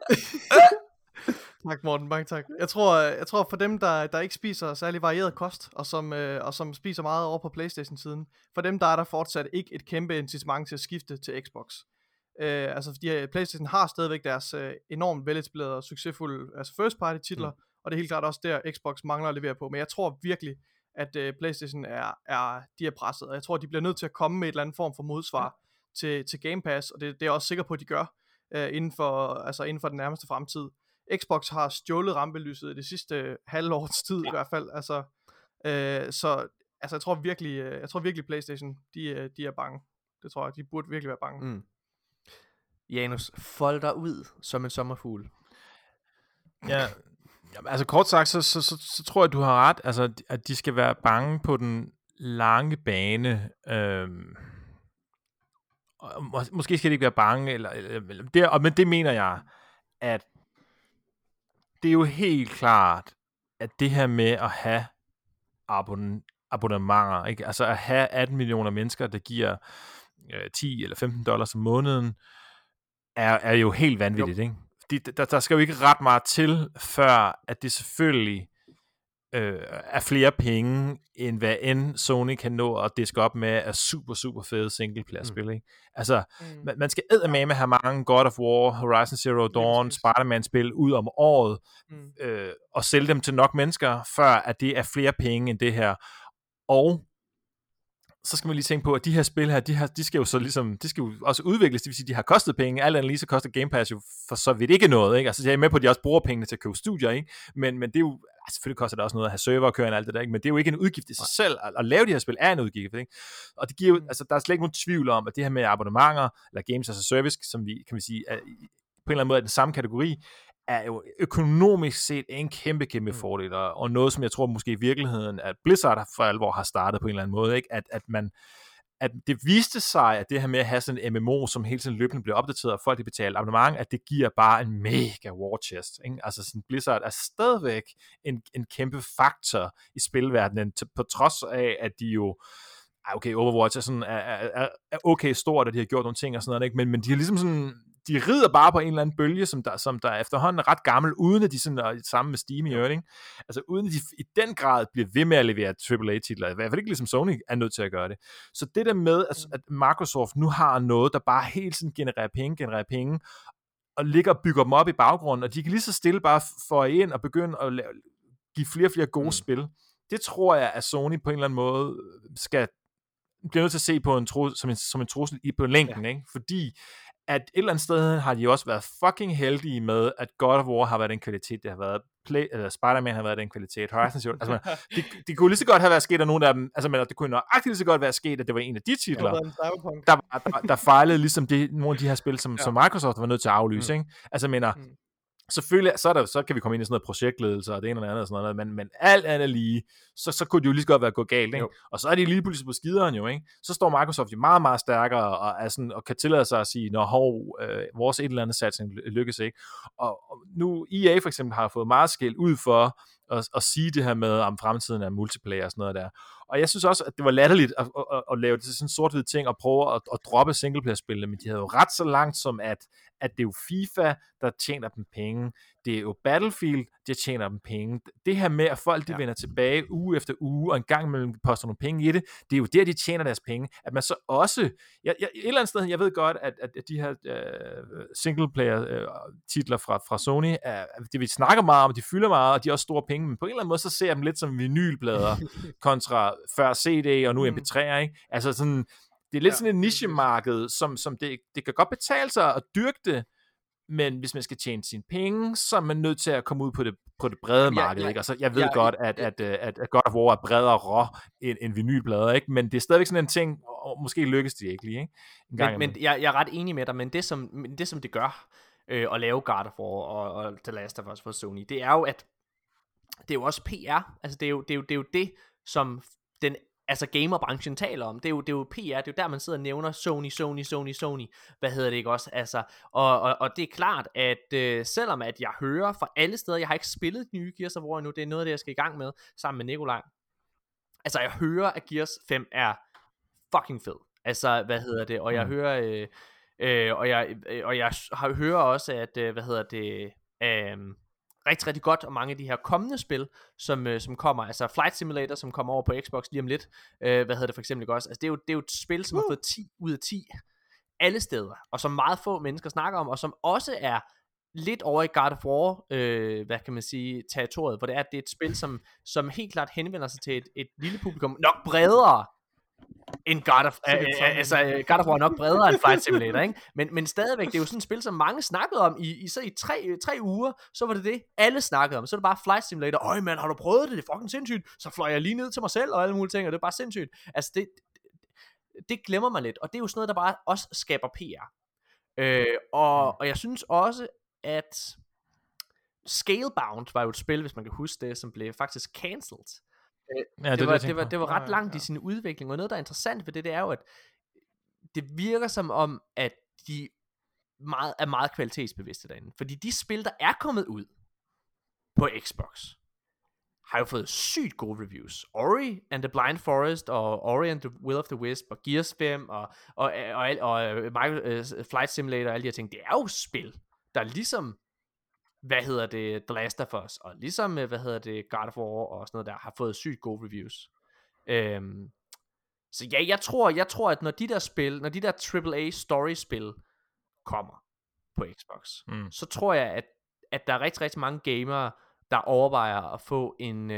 Tak Morten, mange tak. Jeg tror for dem, der ikke spiser særlig varieret kost, og som spiser meget over på PlayStation-siden, for dem der er der fortsat ikke et kæmpe incitament til at skifte til Xbox. Altså fordi PlayStation har stadigvæk deres enormt veletablerede og succesfulde first party titler, og det er helt klart også der Xbox mangler at levere på, men jeg tror virkelig, at PlayStation de er presset, og jeg tror, de bliver nødt til at komme med et eller andet form for modsvar til Game Pass, og det er jeg også sikker på, at de gør inden for den nærmeste fremtid. Xbox har stjålet rampelyset i det sidste halvårs tid i hvert fald, så jeg tror virkelig PlayStation, de er bange. Det tror jeg, de burde virkelig være bange. Janus, fold dig ud som en sommerfugl. Ja. Altså kort sagt, så tror jeg, du har ret, altså at de skal være bange på den lange bane. Måske skal de ikke være bange, men det mener jeg, at det er jo helt klart, at det her med at have abonnementer, ikke? Altså at have 18 millioner mennesker, der giver $10 eller $15 om måneden, er jo helt vanvittigt, ikke? Fordi der skal jo ikke ret meget til, før at det selvfølgelig er flere penge, end hvad end Sony kan nå at diske op med af super, super fede singleplayer-spil, ikke? Altså, man skal eddermame have mange God of War, Horizon Zero Dawn, Spider-Man-spil ud om året, og sælge dem til nok mennesker, før at det er flere penge end det her. Og så skal man lige tænke på, at de her spil her, de skal jo så ligesom, de skal jo også udvikles, det vil sige, de har kostet penge, alt andet lige så koster Game Pass jo for så vidt ikke noget, ikke? Altså jeg er med på, at de også bruger pengene til at købe studier, ikke? Men det er jo, selvfølgelig koster det også noget at have server og køre og alt det der, ikke? Men det er jo ikke en udgift i sig selv, at lave de her spil er en udgift, ikke? Og det giver jo, altså der er slet ikke nogen tvivl om, at det her med abonnementer, eller games as a service, som vi, kan vi sige, er, på en eller anden måde er den samme kategori, er jo økonomisk set en kæmpe fordel, og noget, som jeg tror måske i virkeligheden, at Blizzard for alvor har startet på en eller anden måde, ikke? At det viste sig, at det her med at have sådan en MMO, som hele tiden løbende bliver opdateret, og folk de betaler abonnement, at det giver bare en mega war chest, ikke? Altså sådan Blizzard er stadigvæk en kæmpe faktor i spilverdenen, på trods af, at de jo okay, Overwatch er sådan er okay stort, at de har gjort nogle ting og sådan noget, ikke? Men de har ligesom sådan, de rider bare på en eller anden bølge, som der efterhånden er ret gammel, uden at de sådan er sammen med Steam i øvrigt, ikke? Altså uden at de i den grad bliver ved med at levere AAA-titler, i hvert fald ikke ligesom Sony er nødt til at gøre det. Så det der med, at Microsoft nu har noget, der bare hele tiden genererer penge, og ligger og bygger dem op i baggrunden, og de kan lige så stille bare få ind og begynde at give flere gode spil. Det tror jeg, at Sony på en eller anden måde bliver nødt til at se på som en trussel på længden, ikke? Fordi at et eller andet sted har de også været fucking heldige med, at God of War har været den kvalitet, det har været Spider-Man har været den kvalitet, Horizon Zero, altså det kunne lige så godt have været sket af nogle af dem, altså men det kunne nøjagtigt lige så godt være sket, at det var en af de titler, der fejlede ligesom nogle af de her spil, som Microsoft var nødt til at aflyse, ikke? Altså mener, selvfølgelig, så kan vi komme ind i sådan noget projektledelse og det ene eller andet og sådan noget, men alt andet lige, så kunne det jo lige så godt være gået galt, ikke? Og så er de lige pludselig på skideren jo, ikke? Så står Microsoft jo meget, meget stærkere og er sådan, og kan tillade sig at sige, vores et eller andet satsning lykkes ikke. Og nu EA for eksempel har fået meget skæld ud for at sige det her med, om fremtiden er multiplayer og sådan noget der. Og jeg synes også, at det var latterligt at lave det til sådan en sort-hvid ting og prøve at droppe singleplayer-spillene, men de havde jo ret så langt som, at det er jo FIFA, der tjener dem penge. Det er jo Battlefield, der tjener dem penge. Det her med, at folk de vender tilbage uge efter uge, og en gang imellem poster nogle penge i det, det er jo der, de tjener deres penge. At man så også, et eller andet sted, jeg ved godt, at de her singleplayer-titler fra Sony, det vi snakker meget om, de fylder meget, og de har også store penge, men på en eller anden måde, så ser jeg dem lidt som vinylplader, kontra før CD, og nu MP3'er, ikke? Altså sådan, det er lidt sådan et nichemarked, som det kan godt betale sig at dyrke det, men hvis man skal tjene sine penge, så er man nødt til at komme ud på det brede marked, ikke? Altså, jeg ved godt, at God of War er bredere rå end vinylplader, ikke? Men det er stadigvæk sådan en ting, og måske lykkes det ikke lige, ikke? Men jeg er ret enig med dig, men det som det gør, at lave God of War og The Last of Us for Sony, det er jo, at det er jo også PR, altså det er jo det, som altså gamerbranchen taler om. Det er jo PR, det er jo der man sidder og nævner Sony. Hvad hedder det ikke også? Altså, og det er klart, at selvom at jeg hører fra alle steder, jeg har ikke spillet nye Gears of War endnu, det er noget af det, jeg skal i gang med sammen med Nikolaj. Altså, jeg hører, at Gears 5 er fucking fed. Altså, hvad hedder det? Og jeg hører, jeg hører også, at rigtig, rigtig godt, og mange af de her kommende spil, som kommer, altså Flight Simulator, som kommer over på Xbox lige om lidt, for eksempel ikke også, altså det er jo et spil, som har fået 10 ud af 10 alle steder, og som meget få mennesker snakker om, og som også er lidt over i God of War, territoriet, hvor det er et spil, som helt klart henvender sig til et lille publikum, nok bredere end God of War er nok bredere end Flight Simulator, ikke? Men stadigvæk, det er jo sådan et spil, som mange snakkede om i 3 uger, så var det alle snakkede om. Så er det bare Flight Simulator. Øj mand, har du prøvet det? Det er fucking sindssygt. Så fløj jeg lige ned til mig selv og alle mulige ting, og det er bare sindssygt. Altså det glemmer man lidt, og det er jo sådan noget, der bare også skaber PR. Og jeg synes også, at Scalebound var jo et spil, hvis man kan huske det, som blev faktisk cancelled. Det var ret langt i sin udvikling, og noget der er interessant ved det er jo, at det virker som om, at de er meget kvalitetsbevidste derinde, fordi de spil der er kommet ud, på Xbox har jo fået sygt gode reviews. Ori and the Blind Forest, og Ori and the Will of the Wisp, og Gears 5, og Flight Simulator, og alle de her ting. Det er jo spil, der ligesom, The Last of Us, og ligesom, God of War, og sådan noget der, har fået sygt gode reviews. Så ja, jeg tror, at når de der AAA story-spil kommer på Xbox, så tror jeg, at der er rigtig, rigtig mange gamere, der overvejer at få en,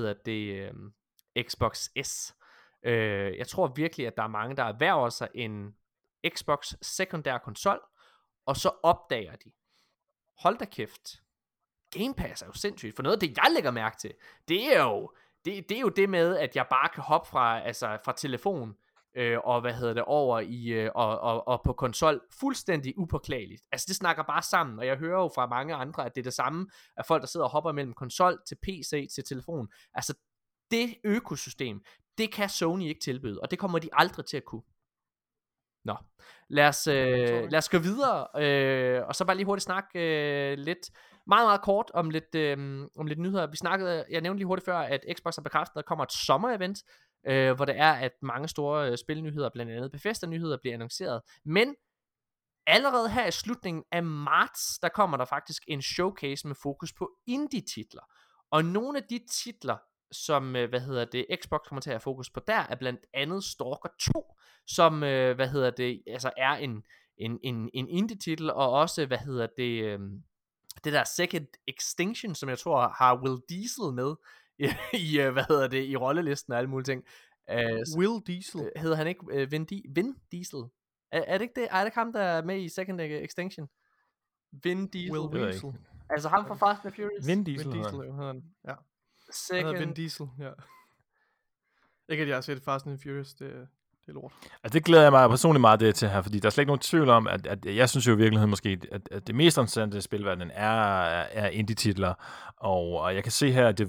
Xbox S. Jeg tror virkelig, at der er mange, der erhverver sig en Xbox sekundær konsol, og så opdager de, hold da kæft, Game Pass er jo sindssygt, for noget af det, jeg lægger mærke til, det er jo det med, at jeg bare kan hoppe fra telefon, og over i, og på konsol, fuldstændig upåklageligt. Altså det snakker bare sammen, og jeg hører jo fra mange andre, at det er det samme, at folk der sidder og hopper mellem konsol til PC til telefon. Altså det økosystem, det kan Sony ikke tilbyde, og det kommer de aldrig til at kunne. Nå, lad os gå videre, og så bare lige hurtigt snakke lidt, meget, meget kort om lidt nyheder. Jeg nævnte lige hurtigt før, at Xbox har bekræftet, at der kommer et sommerevent, hvor det er, at mange store spilnyheder, blandt andet Bethesda-nyheder, bliver annonceret. Men allerede her i slutningen af marts, der kommer der faktisk en showcase med fokus på indie-titler. Og nogle af de titler, som Xbox kommer til at have fokus på der, er blandt andet Stalker 2, som altså er en indie-titel, og også det der Second Extinction, som jeg tror har Will Diesel med i rollelisten og alle mulige ting. Will Diesel? Hedder han ikke Vin Diesel? Er det ikke det? Er det ikke ham, der er med i Second Extinction? Vin Diesel. Will Diesel. Altså ham fra Fast and Furious. Vin Diesel hedder han. Ja. Second... Han hedder Vin Diesel, ja. Ikke at jeg har set Fast and Furious, det er lort. Altså, det glæder jeg mig personligt meget det til her, fordi der er slet ikke nogen tvivl om, at jeg synes jo i virkeligheden måske, at det mest interessante spilverden er indie-titler, og jeg kan se her, at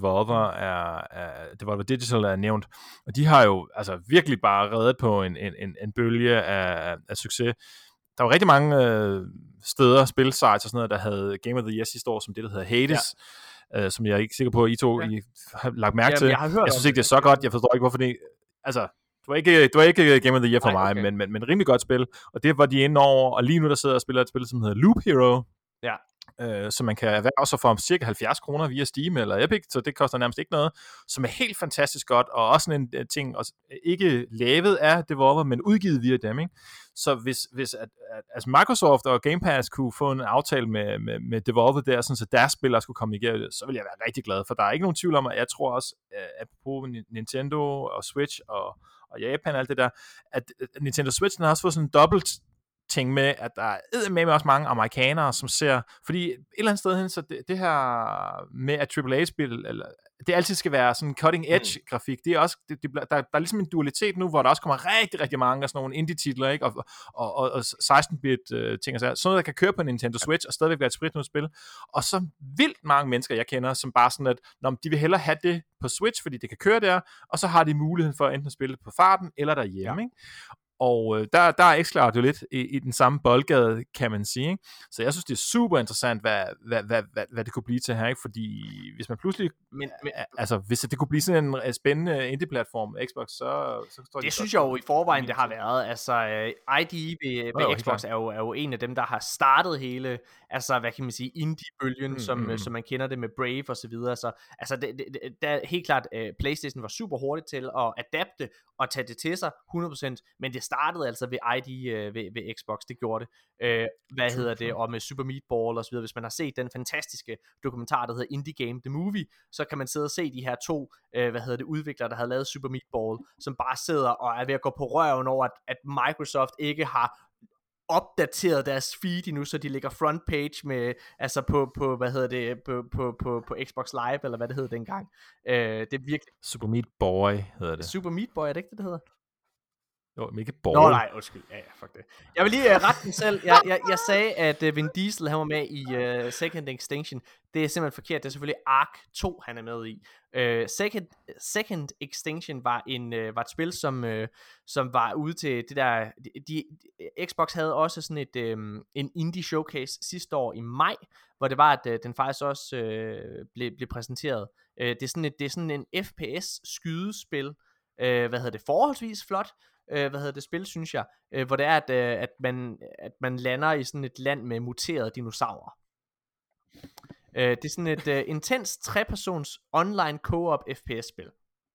Devolver Digital er nævnt, og de har jo altså virkelig bare reddet på en bølge af succes. Der var rigtig mange steder, spilsites og sådan noget, der havde Game of the Year sidste år, som det, der hedder Hades, som jeg er ikke sikker på, at I har lagt mærke til. Jeg synes ikke, det er så godt. Jeg forstår ikke, hvorfor det... Altså, det var ikke Game of the Year for mig, okay. men rimelig godt spil. Og det var de inde over, og lige nu der sidder og spiller et spil, som hedder Loop Hero. Ja. Som man kan erhverve sig for cirka 70 kroner via Steam eller Epic, så det koster nærmest ikke noget, som er helt fantastisk godt, og også en ting, ikke lavet af Devolver, men udgivet via dem, ikke? Så hvis altså Microsoft og Game Pass kunne få en aftale med Devolver der, sådan, så deres spillere skulle komme igennem, så vil jeg være rigtig glad, for der er ikke nogen tvivl om, at jeg tror også, at på Nintendo og Switch og Japan og alt det der, at Nintendo Switch har også fået sådan en dobbelt ting med, at der er med også mange amerikanere, som ser, fordi et eller andet sted hen, så det her med at AAA-spil, eller det altid skal være sådan cutting edge grafik, det er også, der er ligesom en dualitet nu, hvor der også kommer rigtig, rigtig mange af sådan nogle indie-titler, ikke? Og 16-bit ting og sådan noget, der kan køre på Nintendo Switch, og stadigvæk være et spritnyt spil, og så vildt mange mennesker, jeg kender, som bare sådan, at de vil hellere have det på Switch, fordi det kan køre der, og så har de muligheden for at enten spille det på farten, eller derhjemme, ikke? Og der er xCloud jo lidt i den samme boldgade, kan man sige, ikke? Så jeg synes, det er super interessant, hvad det kunne blive til her, ikke? Fordi hvis man pludselig... altså, hvis det kunne blive sådan en spændende indie-platform Xbox, så står det synes jeg jo i forvejen, det har været. Altså, ID ved Xbox er jo en af dem, der har startet hele, altså, hvad kan man sige, indie-bølgen, som man kender det med Brave og så videre. Så, altså, der helt klart, PlayStation var super hurtigt til at adapte og tage det til sig 100%, men det startede altså ved ID ved Xbox, det gjorde det. Og med Super Meat Ball og så videre. Hvis man har set den fantastiske dokumentar, der hedder Indie Game The Movie, så kan man sidde og se de her to, udviklere, der havde lavet Super Meat Ball, som bare sidder og er ved at gå på røven over, at Microsoft ikke har opdateret deres feed endnu, så de ligger front page med, altså på Xbox Live, eller hvad det hed dengang. Det er virkelig... Super Meat Boy hedder det. Super Meat Boy, er det ikke det hedder? men ikke Nå Ball. nej, undskyld. Ja, fuck det. Jeg vil lige rette den selv. Jeg sagde, at Vin Diesel han var med i Second Extinction. Det er simpelthen forkert. Det er selvfølgelig Ark 2, han er med i. Second Extinction var et spil, som var ude til det der... Xbox havde også sådan en indie showcase sidste år i maj, hvor det var, at den faktisk også blev præsenteret. Det er sådan en FPS skydespil. Forholdsvis flot. Spil, synes jeg, hvor det er, at man lander i sådan et land med muterede dinosaurer. Det er sådan et intens 3-persons online co-op FPS-spil.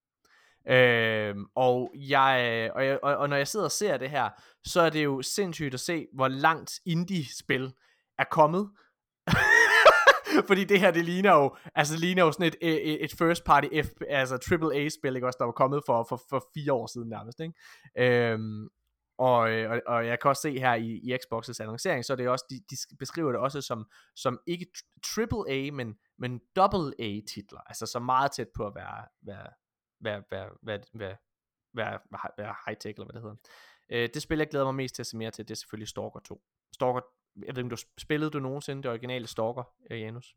Og når jeg sidder og ser det her, så er det jo sindssygt at se, hvor langt indie-spil er kommet. Fordi det her, det ligner jo sådan et first party AAA-spil, ikke også, der var kommet for 4 år siden nærmest, ikke? Og jeg kan også se her i Xbox's annoncering, så er det også, de beskriver det også som ikke AAA, men AA titler, altså så meget tæt på at være high-tech, eller hvad det hedder. Det spil, jeg glæder mig mest til at se mere til, det er selvfølgelig Stalker 2. Stalker, jeg ved ikke, spillede du nogensinde det originale Stalker, Janus?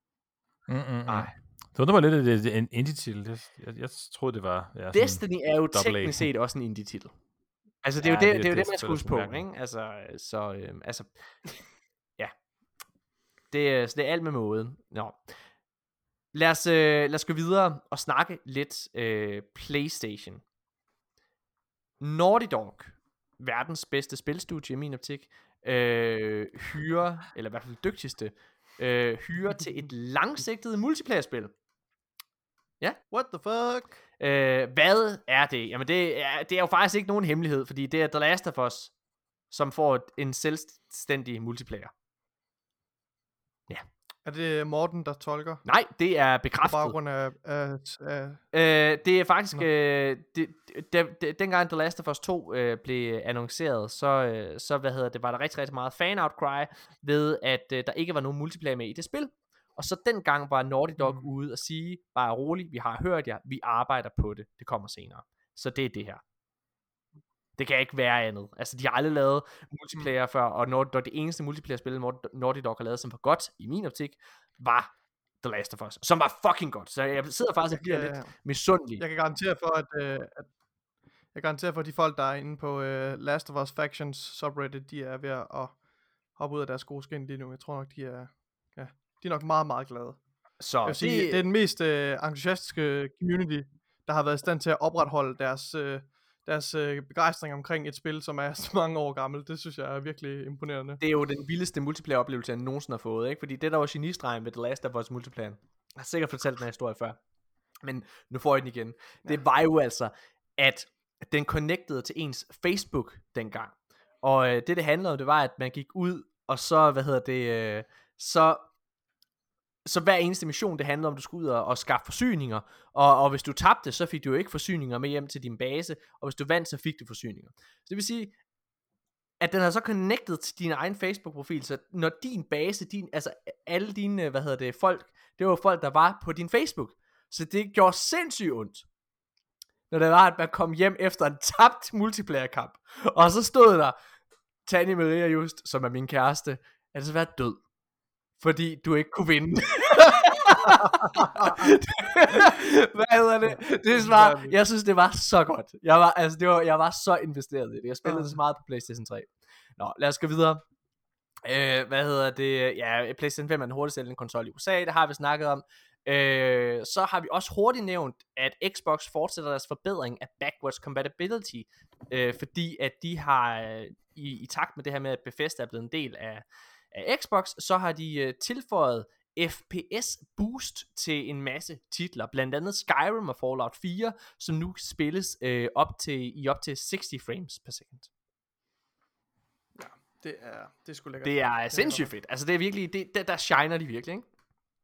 Nej. Det var lidt en indie-titel. Jeg troede, det var... Ja, Destiny er jo teknisk set også en indie-titel. Altså, det er jo det, man skal huske på, ikke? Altså, ja. Så det er alt med måde. Nå. Lad os gå videre og snakke lidt PlayStation. Naughty Dog, verdens bedste spilstudie i min optik, hyrer, eller i hvert fald dygtigste, hyrer til et langsigtet multiplayer-spil. Ja. What the fuck? Hvad er det? Jamen det er jo faktisk ikke nogen hemmelighed, fordi det er The Last of Us, som får en selvstændig multiplayer. Ja. Er det Morten, der tolker? Nej, det er bekræftet. På baggrund af det er faktisk... dengang The Last of Us 2 blev annonceret, så var der rigtig, rigtig meget fan-outcry ved, at der ikke var nogen multiplayer med i det spil. Og så dengang var Naughty Dog ude og sige, bare roligt, vi har hørt jer, vi arbejder på det, det kommer senere. Så det er det her. Det kan ikke være andet. Altså, de har aldrig lavet multiplayer før, og når det eneste multiplayer-spil, Naughty Dog har lavet, som var godt, i min optik, var The Last of Us, som var fucking godt. Så jeg sidder faktisk og bliver lidt misundelig. Jeg kan garantere for, at de folk, der er inde på Last of Us Factions subreddit, de er ved at hoppe ud af deres gode skin lige nu. Jeg tror nok, de er nok meget, meget glade. Så jeg vil sige, det er den mest entusiastiske community, der har været i stand til at opretholde deres begejstring omkring et spil, som er så mange år gammelt. Det synes jeg er virkelig imponerende. Det er jo den vildeste multiplayer-oplevelse, jeg nogensinde har fået, ikke? Fordi det, der var genistregen ved The Last of Us multiplayer, jeg har sikkert fortalt den her historie før, men nu får jeg den igen. Det var jo altså, at den connectede til ens Facebook dengang. Og det handlede om, det var, at man gik ud, og så, så hver eneste mission, det handlede om, du skulle ud og skaffe forsyninger, og hvis du tabte, så fik du jo ikke forsyninger med hjem til din base, og hvis du vandt, så fik du forsyninger. Så det vil sige, at den er så connected til din egen Facebook-profil, så når din base, altså alle dine, folk, det var folk, der var på din Facebook. Så det gjorde sindssygt ondt, når det var, at man kom hjem efter en tabt multiplayer-kamp, og så stod der, Tanja Maria Just, som er min kæreste, altså været død, fordi du ikke kunne vinde. Hvad hedder det? Jeg synes det var så godt. Jeg var så investeret i det. Jeg spillede det så meget på PlayStation 3. Nå, lad os gå videre. Ja, PlayStation 5 er den hurtigst sælgende konsol i USA. Det har vi snakket om. Så har vi også hurtigt nævnt, at Xbox fortsætter deres forbedring af backwards compatibility, fordi at de har i takt med det her med, at Bethesda er blevet en del af Xbox, så har de tilføjet FPS boost til en masse titler, blandt andet Skyrim og Fallout 4, som nu spilles op til 60 frames per second. Ja, det er sgu lækkert. Det er sindssygt fedt. Altså det er virkelig, der shiner de virkelig, ikke?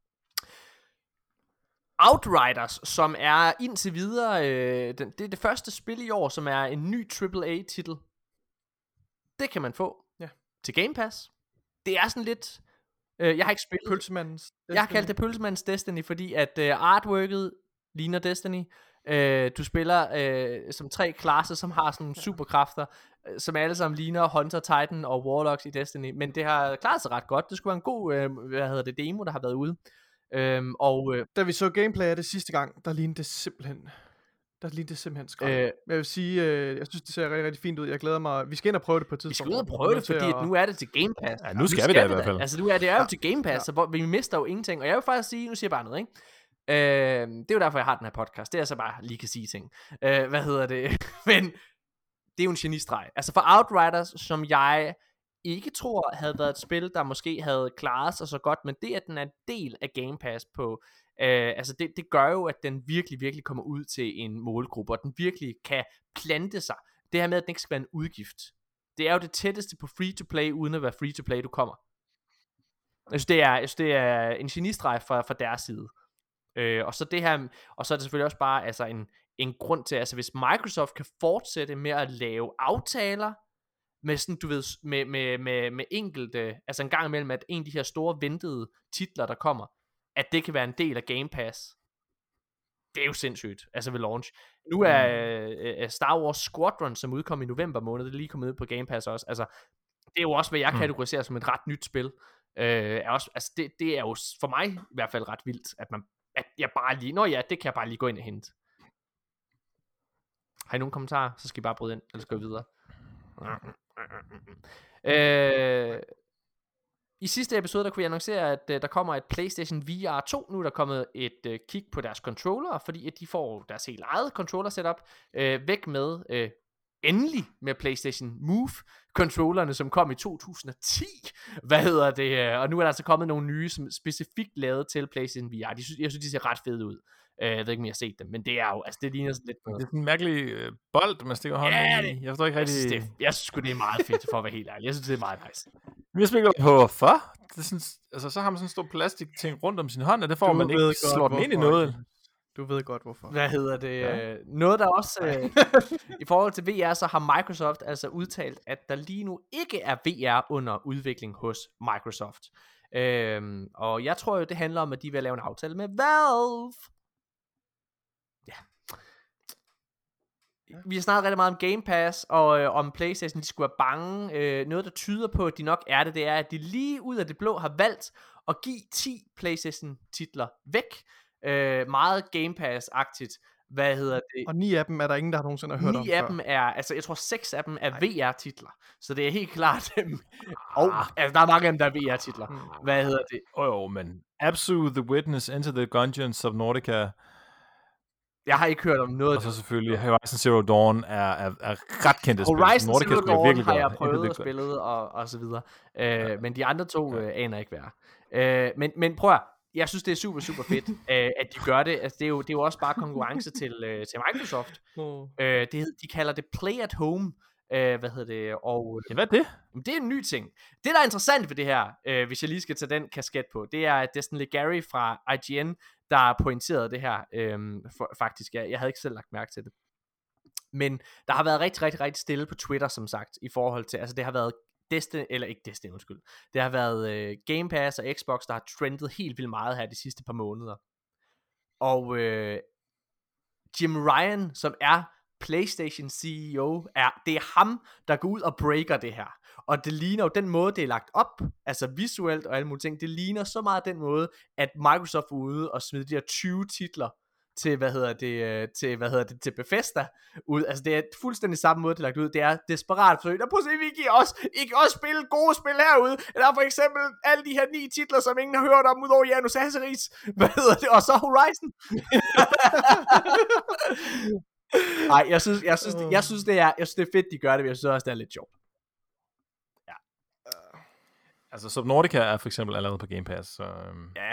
Outriders, som er indtil videre, det er det første spil i år, som er en ny AAA-titel. Det kan man få til Game Pass. Det er sådan lidt, jeg har ikke spillet Pølsemandens Destiny. Jeg har kaldt det Pølsemandens Destiny, fordi at artworket ligner Destiny, Du spiller som 3 klasser, som har sådan superkræfter, som alle sammen ligner Hunter, Titan og Warlocks i Destiny, men det har klaret sig ret godt. Det skulle være en god demo, der har været ude. Da vi så gameplay af det sidste gang, der lignede det simpelthen skræt. Jeg vil sige, jeg synes det ser rigtig, rigtig fint ud. Jeg glæder mig. Vi skal ind og prøve det på et tidspunkt. Vi skal ud og prøve det, fordi nu er det til Game Pass. Ja, nu skal vi da i hvert fald. Altså det er jo til Game Pass, så vi mister jo ingenting. Og jeg vil faktisk sige, nu siger jeg bare noget, ikke? Det er jo derfor jeg har den her podcast. Det er så bare lige kan sige ting. Men det er jo en genistreg. Altså for Outriders, som jeg ikke tror havde været et spil, der måske havde klaret sig så godt, men det at den er en del af Game Pass på, altså det gør jo, at den virkelig, virkelig kommer ud til en målgruppe, og den virkelig kan plante sig. Det her med, at den ikke skal være en udgift. Det er jo det tætteste på free-to-play, uden at være free-to-play, du kommer. Jeg synes, det er en genistreg fra deres side. Og så det her, og så er det selvfølgelig også bare altså en grund til, altså hvis Microsoft kan fortsætte med at lave aftaler med sådan, du ved, med enkelte, altså en gang imellem, at en af de her store ventede titler, der kommer, at det kan være en del af Game Pass. Det er jo sindssygt, altså ved launch. Nu er Star Wars Squadron, som udkom i november måned, det er lige kommet ud på Game Pass også. Altså, det er jo også, hvad jeg kategoriserer som et ret nyt spil. Er også, altså det er jo for mig i hvert fald ret vildt, at jeg bare lige, det kan jeg bare lige gå ind og hente. Har I nogle kommentarer? Så skal I bare bryde ind, eller skal vi videre. I sidste episode, der kunne jeg annoncere, at der kommer et PlayStation VR 2. Nu er der kommet et kig på deres controller, fordi at de får deres helt eget controller setup. Væk med, endelig med PlayStation Move controllerne, som kom i 2010. Og nu er der altså kommet nogle nye, som specifikt lavet til PlayStation VR. Jeg synes, de ser ret fede ud. Jeg ved ikke, om jeg har set dem, men det er jo, altså det ligner sådan lidt noget. Det er sådan en mærkelig bold, man stikker hånden i. Jeg forstår ikke rigtig. Jeg synes det er meget fedt, for at være helt ærlig. Jeg synes, det er meget nice. Vi spiller på, hvorfor? Det er sådan, altså, så har man sådan en stor plastikting rundt om sin hånd, og det får man ikke slår den ind i noget. Du ved godt, hvorfor. Noget, der også, i forhold til VR, så har Microsoft altså udtalt, at der lige nu ikke er VR under udvikling hos Microsoft. Og jeg tror jo, det handler om, at de vil lave en aftale med Valve. Vi har snakket rigtig meget om Game Pass, og om PlayStation, de skulle være bange. Noget, der tyder på, at de nok er det, er, at de lige ud af det blå har valgt at give 10 PlayStation-titler væk. Meget Game Pass-agtigt. Og 9 af dem er der ingen, der har nogensinde hørt om 9 af dem er, altså jeg tror 6 af dem er VR-titler. Så det er helt klart altså der er mange af dem, der er VR-titler. Men Absu, The Witness, Enter the Gungeons, Subnautica. Jeg har ikke hørt om noget. Og så selvfølgelig Horizon Zero Dawn er ret kendte spil. Horizon Zero Dawn har jeg prøvet at spille og så videre. Men de andre to aner ikke hvad. Men prøv at, jeg synes det er super, super fedt, at de gør det. Altså, det er jo også bare konkurrence til Microsoft. De kalder det Play at Home. Og hvad er det? Det er en ny ting. Det der er interessant ved det her, hvis jeg lige skal tage den kasket på, det er Destin Legary fra IGN, der pointerede det her. Faktisk, jeg havde ikke selv lagt mærke til det. Men der har været rigtig, rigtig, rigtig stille på Twitter, som sagt, i forhold til, altså det har været det har været Game Pass og Xbox, der har trendet helt vildt meget her de sidste par måneder. Og Jim Ryan, som er PlayStation CEO, det er ham, der går ud og breaker det her. Og det ligner jo den måde, det er lagt op, altså visuelt og alle mulige ting, det ligner så meget den måde, at Microsoft er ude og smide de her 20 titler til, til Bethesda ud. Altså det er fuldstændig samme måde, det er lagt ud. Det er desperat forsøg. Prøv at se, vi kan også spille gode spil herude. Der er for eksempel alle de her 9 titler, som ingen har hørt om, udover Janus Asseris. Og så Horizon. Nej, jeg synes det er fedt, de gør det, men jeg synes også, det er lidt sjovt. Ja. Altså Subnautica er for eksempel allerede på Game Pass, så ja.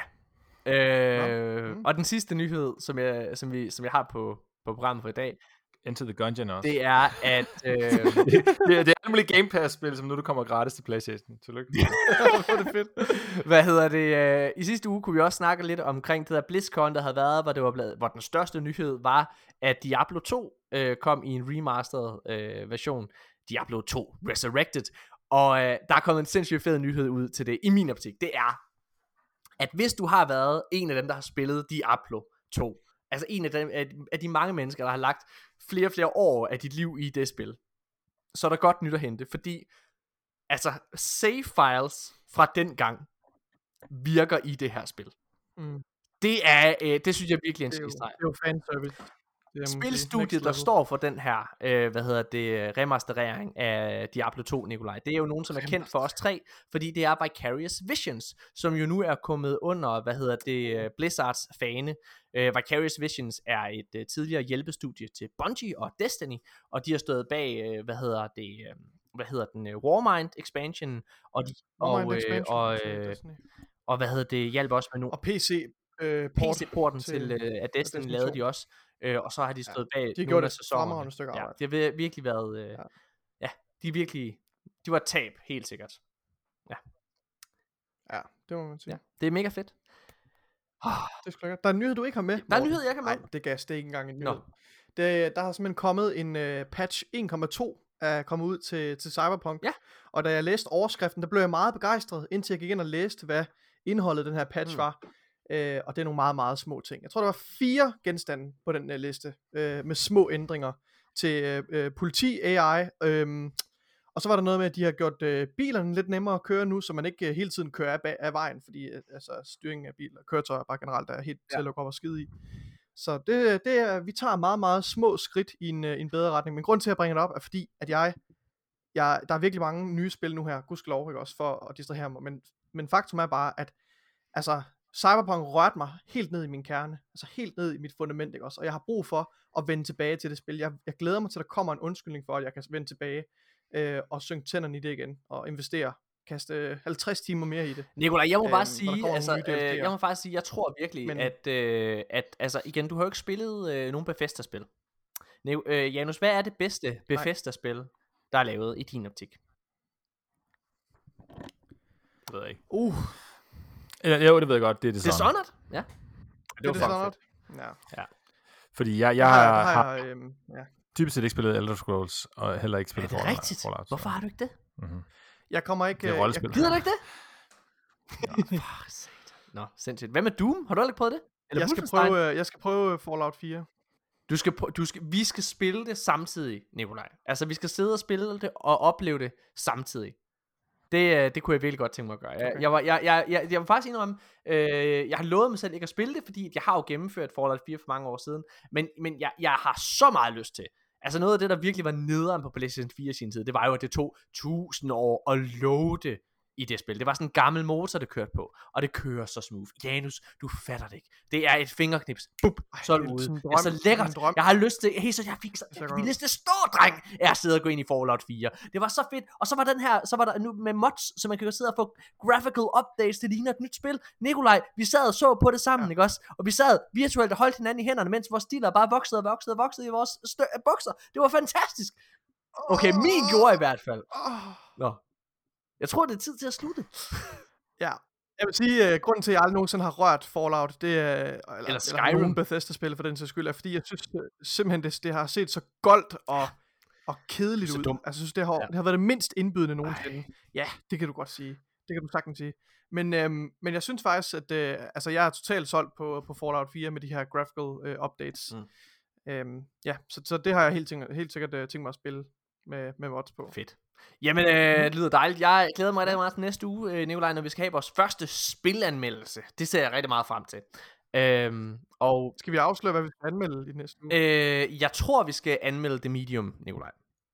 Og den sidste nyhed, som jeg har på programmet for i dag, Enter the Gungeon også. det er, at det er nemlig Game Pass-spil, som nu det kommer gratis til PlayStation. Tillykke. Det er fedt. I sidste uge kunne vi også snakke lidt omkring det der BlizzCon, der havde været, hvor den største nyhed var, at Diablo 2 kom i en remastered version. Diablo 2 Resurrected. Og der er kommet en sindssygt fed nyhed ud til det, i min optik. Det er, at hvis du har været en af dem, der har spillet Diablo 2, altså en af de mange mennesker, der har lagt flere og flere år af dit liv i det spil, så er der godt nyt at hente, fordi altså save files fra den gang virker i det her spil. Det er, det synes jeg virkelig er en skidstreg. Det er jo fanservice. Spilstudiet, der står for den her, remasterering af Diablo 2, Nikolaj, det er jo nogen, som er kendt for os tre, fordi det er Vicarious Visions, som jo nu er kommet under, Blizzards fane. Vicarious Visions er et tidligere hjælpestudie til Bungie og Destiny, og de har stået bag, Warmind expansion, og hjalp også med nu. Og PC-porten til Destiny lavede de også. Og så har de stået bag de nogle af sæsonerne. Ja, det har virkelig været de var et tab, helt sikkert. Ja, det må man sige. Ja, det er mega fedt. Det er sgu lækkert. Der er en nyhed, du ikke har med. Der er en nyhed, jeg ikke har med. Nej, det gas, det er ikke engang en nyhed. Der har simpelthen kommet en patch 1.2 er kommet ud til Cyberpunk. Ja. Og da jeg læste overskriften, der blev jeg meget begejstret, indtil jeg gik ind og læste, hvad indholdet af den her patch var. Og det er nogle meget, meget små ting. Jeg tror, der var 4 genstande på den liste, med små ændringer til politi, AI, og så var der noget med, at de har gjort bilerne lidt nemmere at køre nu, så man ikke hele tiden kører af vejen, fordi styringen af biler, køretøjer bare generelt er helt til at lukke op og skide i. Så det er, vi tager meget, meget små skridt i en bedre retning, men grund til at bringe det op er fordi, at der er virkelig mange nye spil nu her, gudskelov, ikke også, for at distrahere mig, men faktum er bare, at altså Cyberpunk rørte mig helt ned i min kerne, altså helt ned i mit fundament, ikke også, og jeg har brug for at vende tilbage til det spil. Jeg glæder mig til, at der kommer en undskyldning for, at jeg kan vende tilbage og synge tænderne i det igen, og investere, kaste 50 timer mere i det. Nikolaj, jeg må bare sige, jeg tror virkelig, at altså igen, du har jo ikke spillet nogen Bethesda-spil. Janus, hvad er det bedste Bethesda-spil, der er lavet i din optik? Det ved jeg ikke. Jo, det ved jeg godt. Det er Dishonored? Ja. Det er Dishonored. Ja. Fordi jeg har typisk set ikke spillet Elder Scrolls, og heller ikke spillet Fallout. Er det rigtigt? Hvorfor har du ikke det? Jeg kommer ikke... Det er rollespil. Gider du ikke det? Nå, sindssygt. Hvad med Doom? Har du aldrig prøvet det? Eller jeg skal prøve Fallout 4. Vi skal spille det samtidig, Nikolaj. Altså, vi skal sidde og spille det og opleve det samtidig. Det kunne jeg virkelig godt tænke mig at gøre. Okay. Jeg vil faktisk indrømme, jeg har lovet mig selv ikke at spille det, fordi jeg har jo gennemført Fallout 4 for mange år siden, men jeg har så meget lyst til. Altså noget af det, der virkelig var nederen på PlayStation 4 i sin tid, det var jo, at det tog 1000 år at loade i det spil. Det var sådan en gammel motor, det kørte på, og det kører så smooth. Janus, du fatter det ikke. Det er et fingerknips. Bup, så er det ude. Det er så lækkert. Jeg har lyst til, jeg fik så min næste stor dreng er at sidde og gå ind i Fallout 4. Det var så fedt. Og så var der nu med mods, så man kan jo sidde og få graphical updates, det ligner et nyt spil. Nikolaj, vi sad og så på det sammen, ikke også? Og vi sad virtuelt og holdt hinanden i hænderne, mens vores stiler bare voksede i vores bukser. Det var fantastisk. Okay, min gjorde i hvert fald. Nå. Jeg tror, det er tid til at slutte. Ja. Jeg vil sige, grunden til, at jeg aldrig nogensinde har rørt Fallout, det er, eller Skyrim, nogen Bethesda-spil for den sags skyld, er fordi, jeg synes simpelthen, det har set så goldt og kedeligt ud. Altså, jeg synes, det har været det mindst indbydende nogensinde. Ja, det kan du godt sige. Det kan du sagtens sige. Men jeg synes faktisk, at altså, jeg er totalt solgt på Fallout 4 med de her graphical updates. Så det har jeg helt sikkert tænkt mig at spille med mods på. Fedt. Jamen, det lyder dejligt. Jeg glæder mig rigtig meget til næste uge, Nikolaj, når vi skal have vores første spilanmeldelse. Det ser jeg rigtig meget frem til. Og skal vi afsløre, hvad vi skal anmelde i næste uge? Jeg tror, vi skal anmelde The Medium, Nikolaj.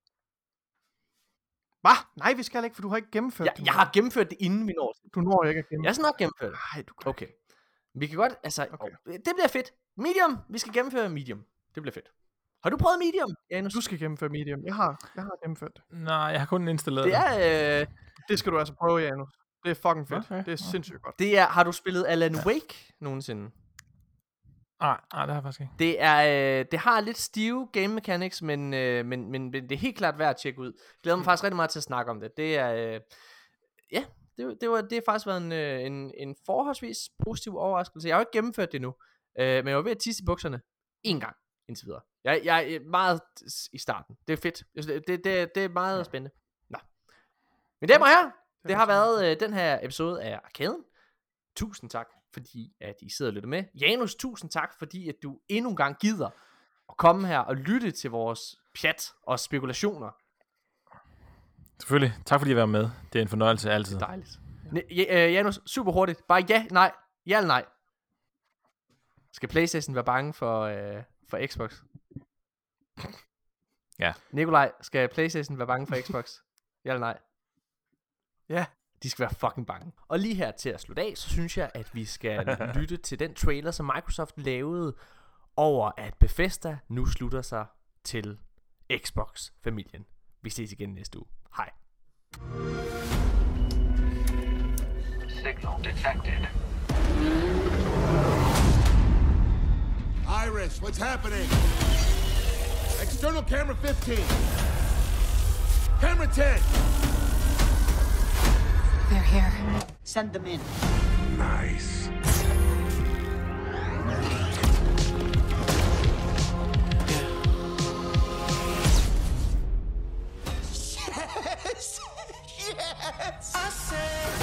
Hvad? Nej, vi skal ikke, for du har ikke gennemført det. Jeg har gennemført det, inden vi når. Du når ikke at gennemføre. Jeg skal nok gennemføre det. Nej, du kan. Okay. Vi kan godt, altså, det bliver fedt. Medium, vi skal gennemføre Medium. Det bliver fedt. Har du prøvet Medium, Janus? Du skal gennemføre Medium. Jeg har gennemført det. Nej, jeg har kun installeret det. Det skal du altså prøve, Janus. Det er fucking fedt. Okay. Det er sindssygt godt. Har du spillet Alan Wake nogensinde? Nej, det har jeg faktisk ikke. Det har lidt stive game mechanics, men det er helt klart værd at tjekke ud. Jeg glæder mig faktisk rigtig meget til at snakke om det. Det er det har faktisk været en forholdsvis positiv overraskelse. Jeg har jo ikke gennemført det nu, men jeg var ved at tisse i bukserne en gang indtil videre. Jeg er meget i starten. Det er fedt. Det er meget spændende. Nå. Men damer og herrer, det har været den her episode af Arkaden. Tusind tak, fordi at I sidder og lytter med. Janus, tusind tak, fordi at du endnu en gang gider at komme her og lytte til vores pjat og spekulationer. Selvfølgelig. Tak fordi I var med. Det er en fornøjelse altid. Dejligt. Janus, super hurtigt. Bare ja, nej. Ja eller nej. Skal PlayStation være bange for Xbox? Ja. Nikolaj, skal PlayStation være bange for Xbox? Ja eller nej? Ja. De skal være fucking bange. Og lige her til at slutte af, så synes jeg, at vi skal lytte til den trailer, som Microsoft lavede over, at Bethesda nu slutter sig til Xbox-familien. Vi ses igen næste uge. Hej. Signal detected. Iris, what's happening? External camera 15. Camera 10. They're here. Send them in. Nice. Yes! Yes! I said,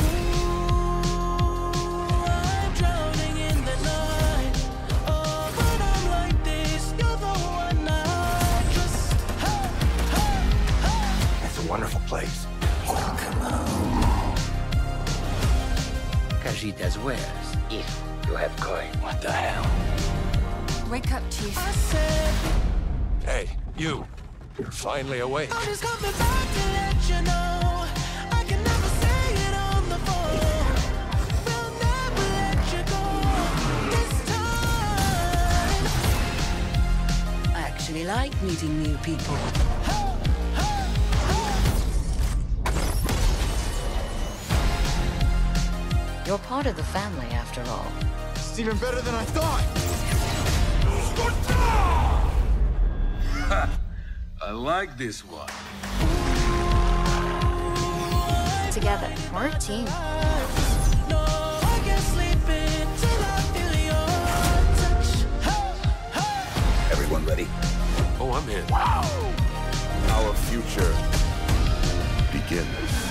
ooh, I'm drowning in the night. Oh, when I'm like this, you're the one I trust. Hey, hey, hey. It's a wonderful place. Welcome home. Khajiita's wares, if you have coin. What the hell? Wake up, Chief. I said, Hey, you. You're finally awake. I'm just coming back to let you know I can never say it on the phone. We'll never let you go this time. I actually like meeting new people. You're part of the family, after all. It's even better than I thought. I like this one. Together, we're a team. No, I can't sleep until I feel your touch. Hey, hey. Everyone ready? Oh, I'm in. Wow. Our future begins.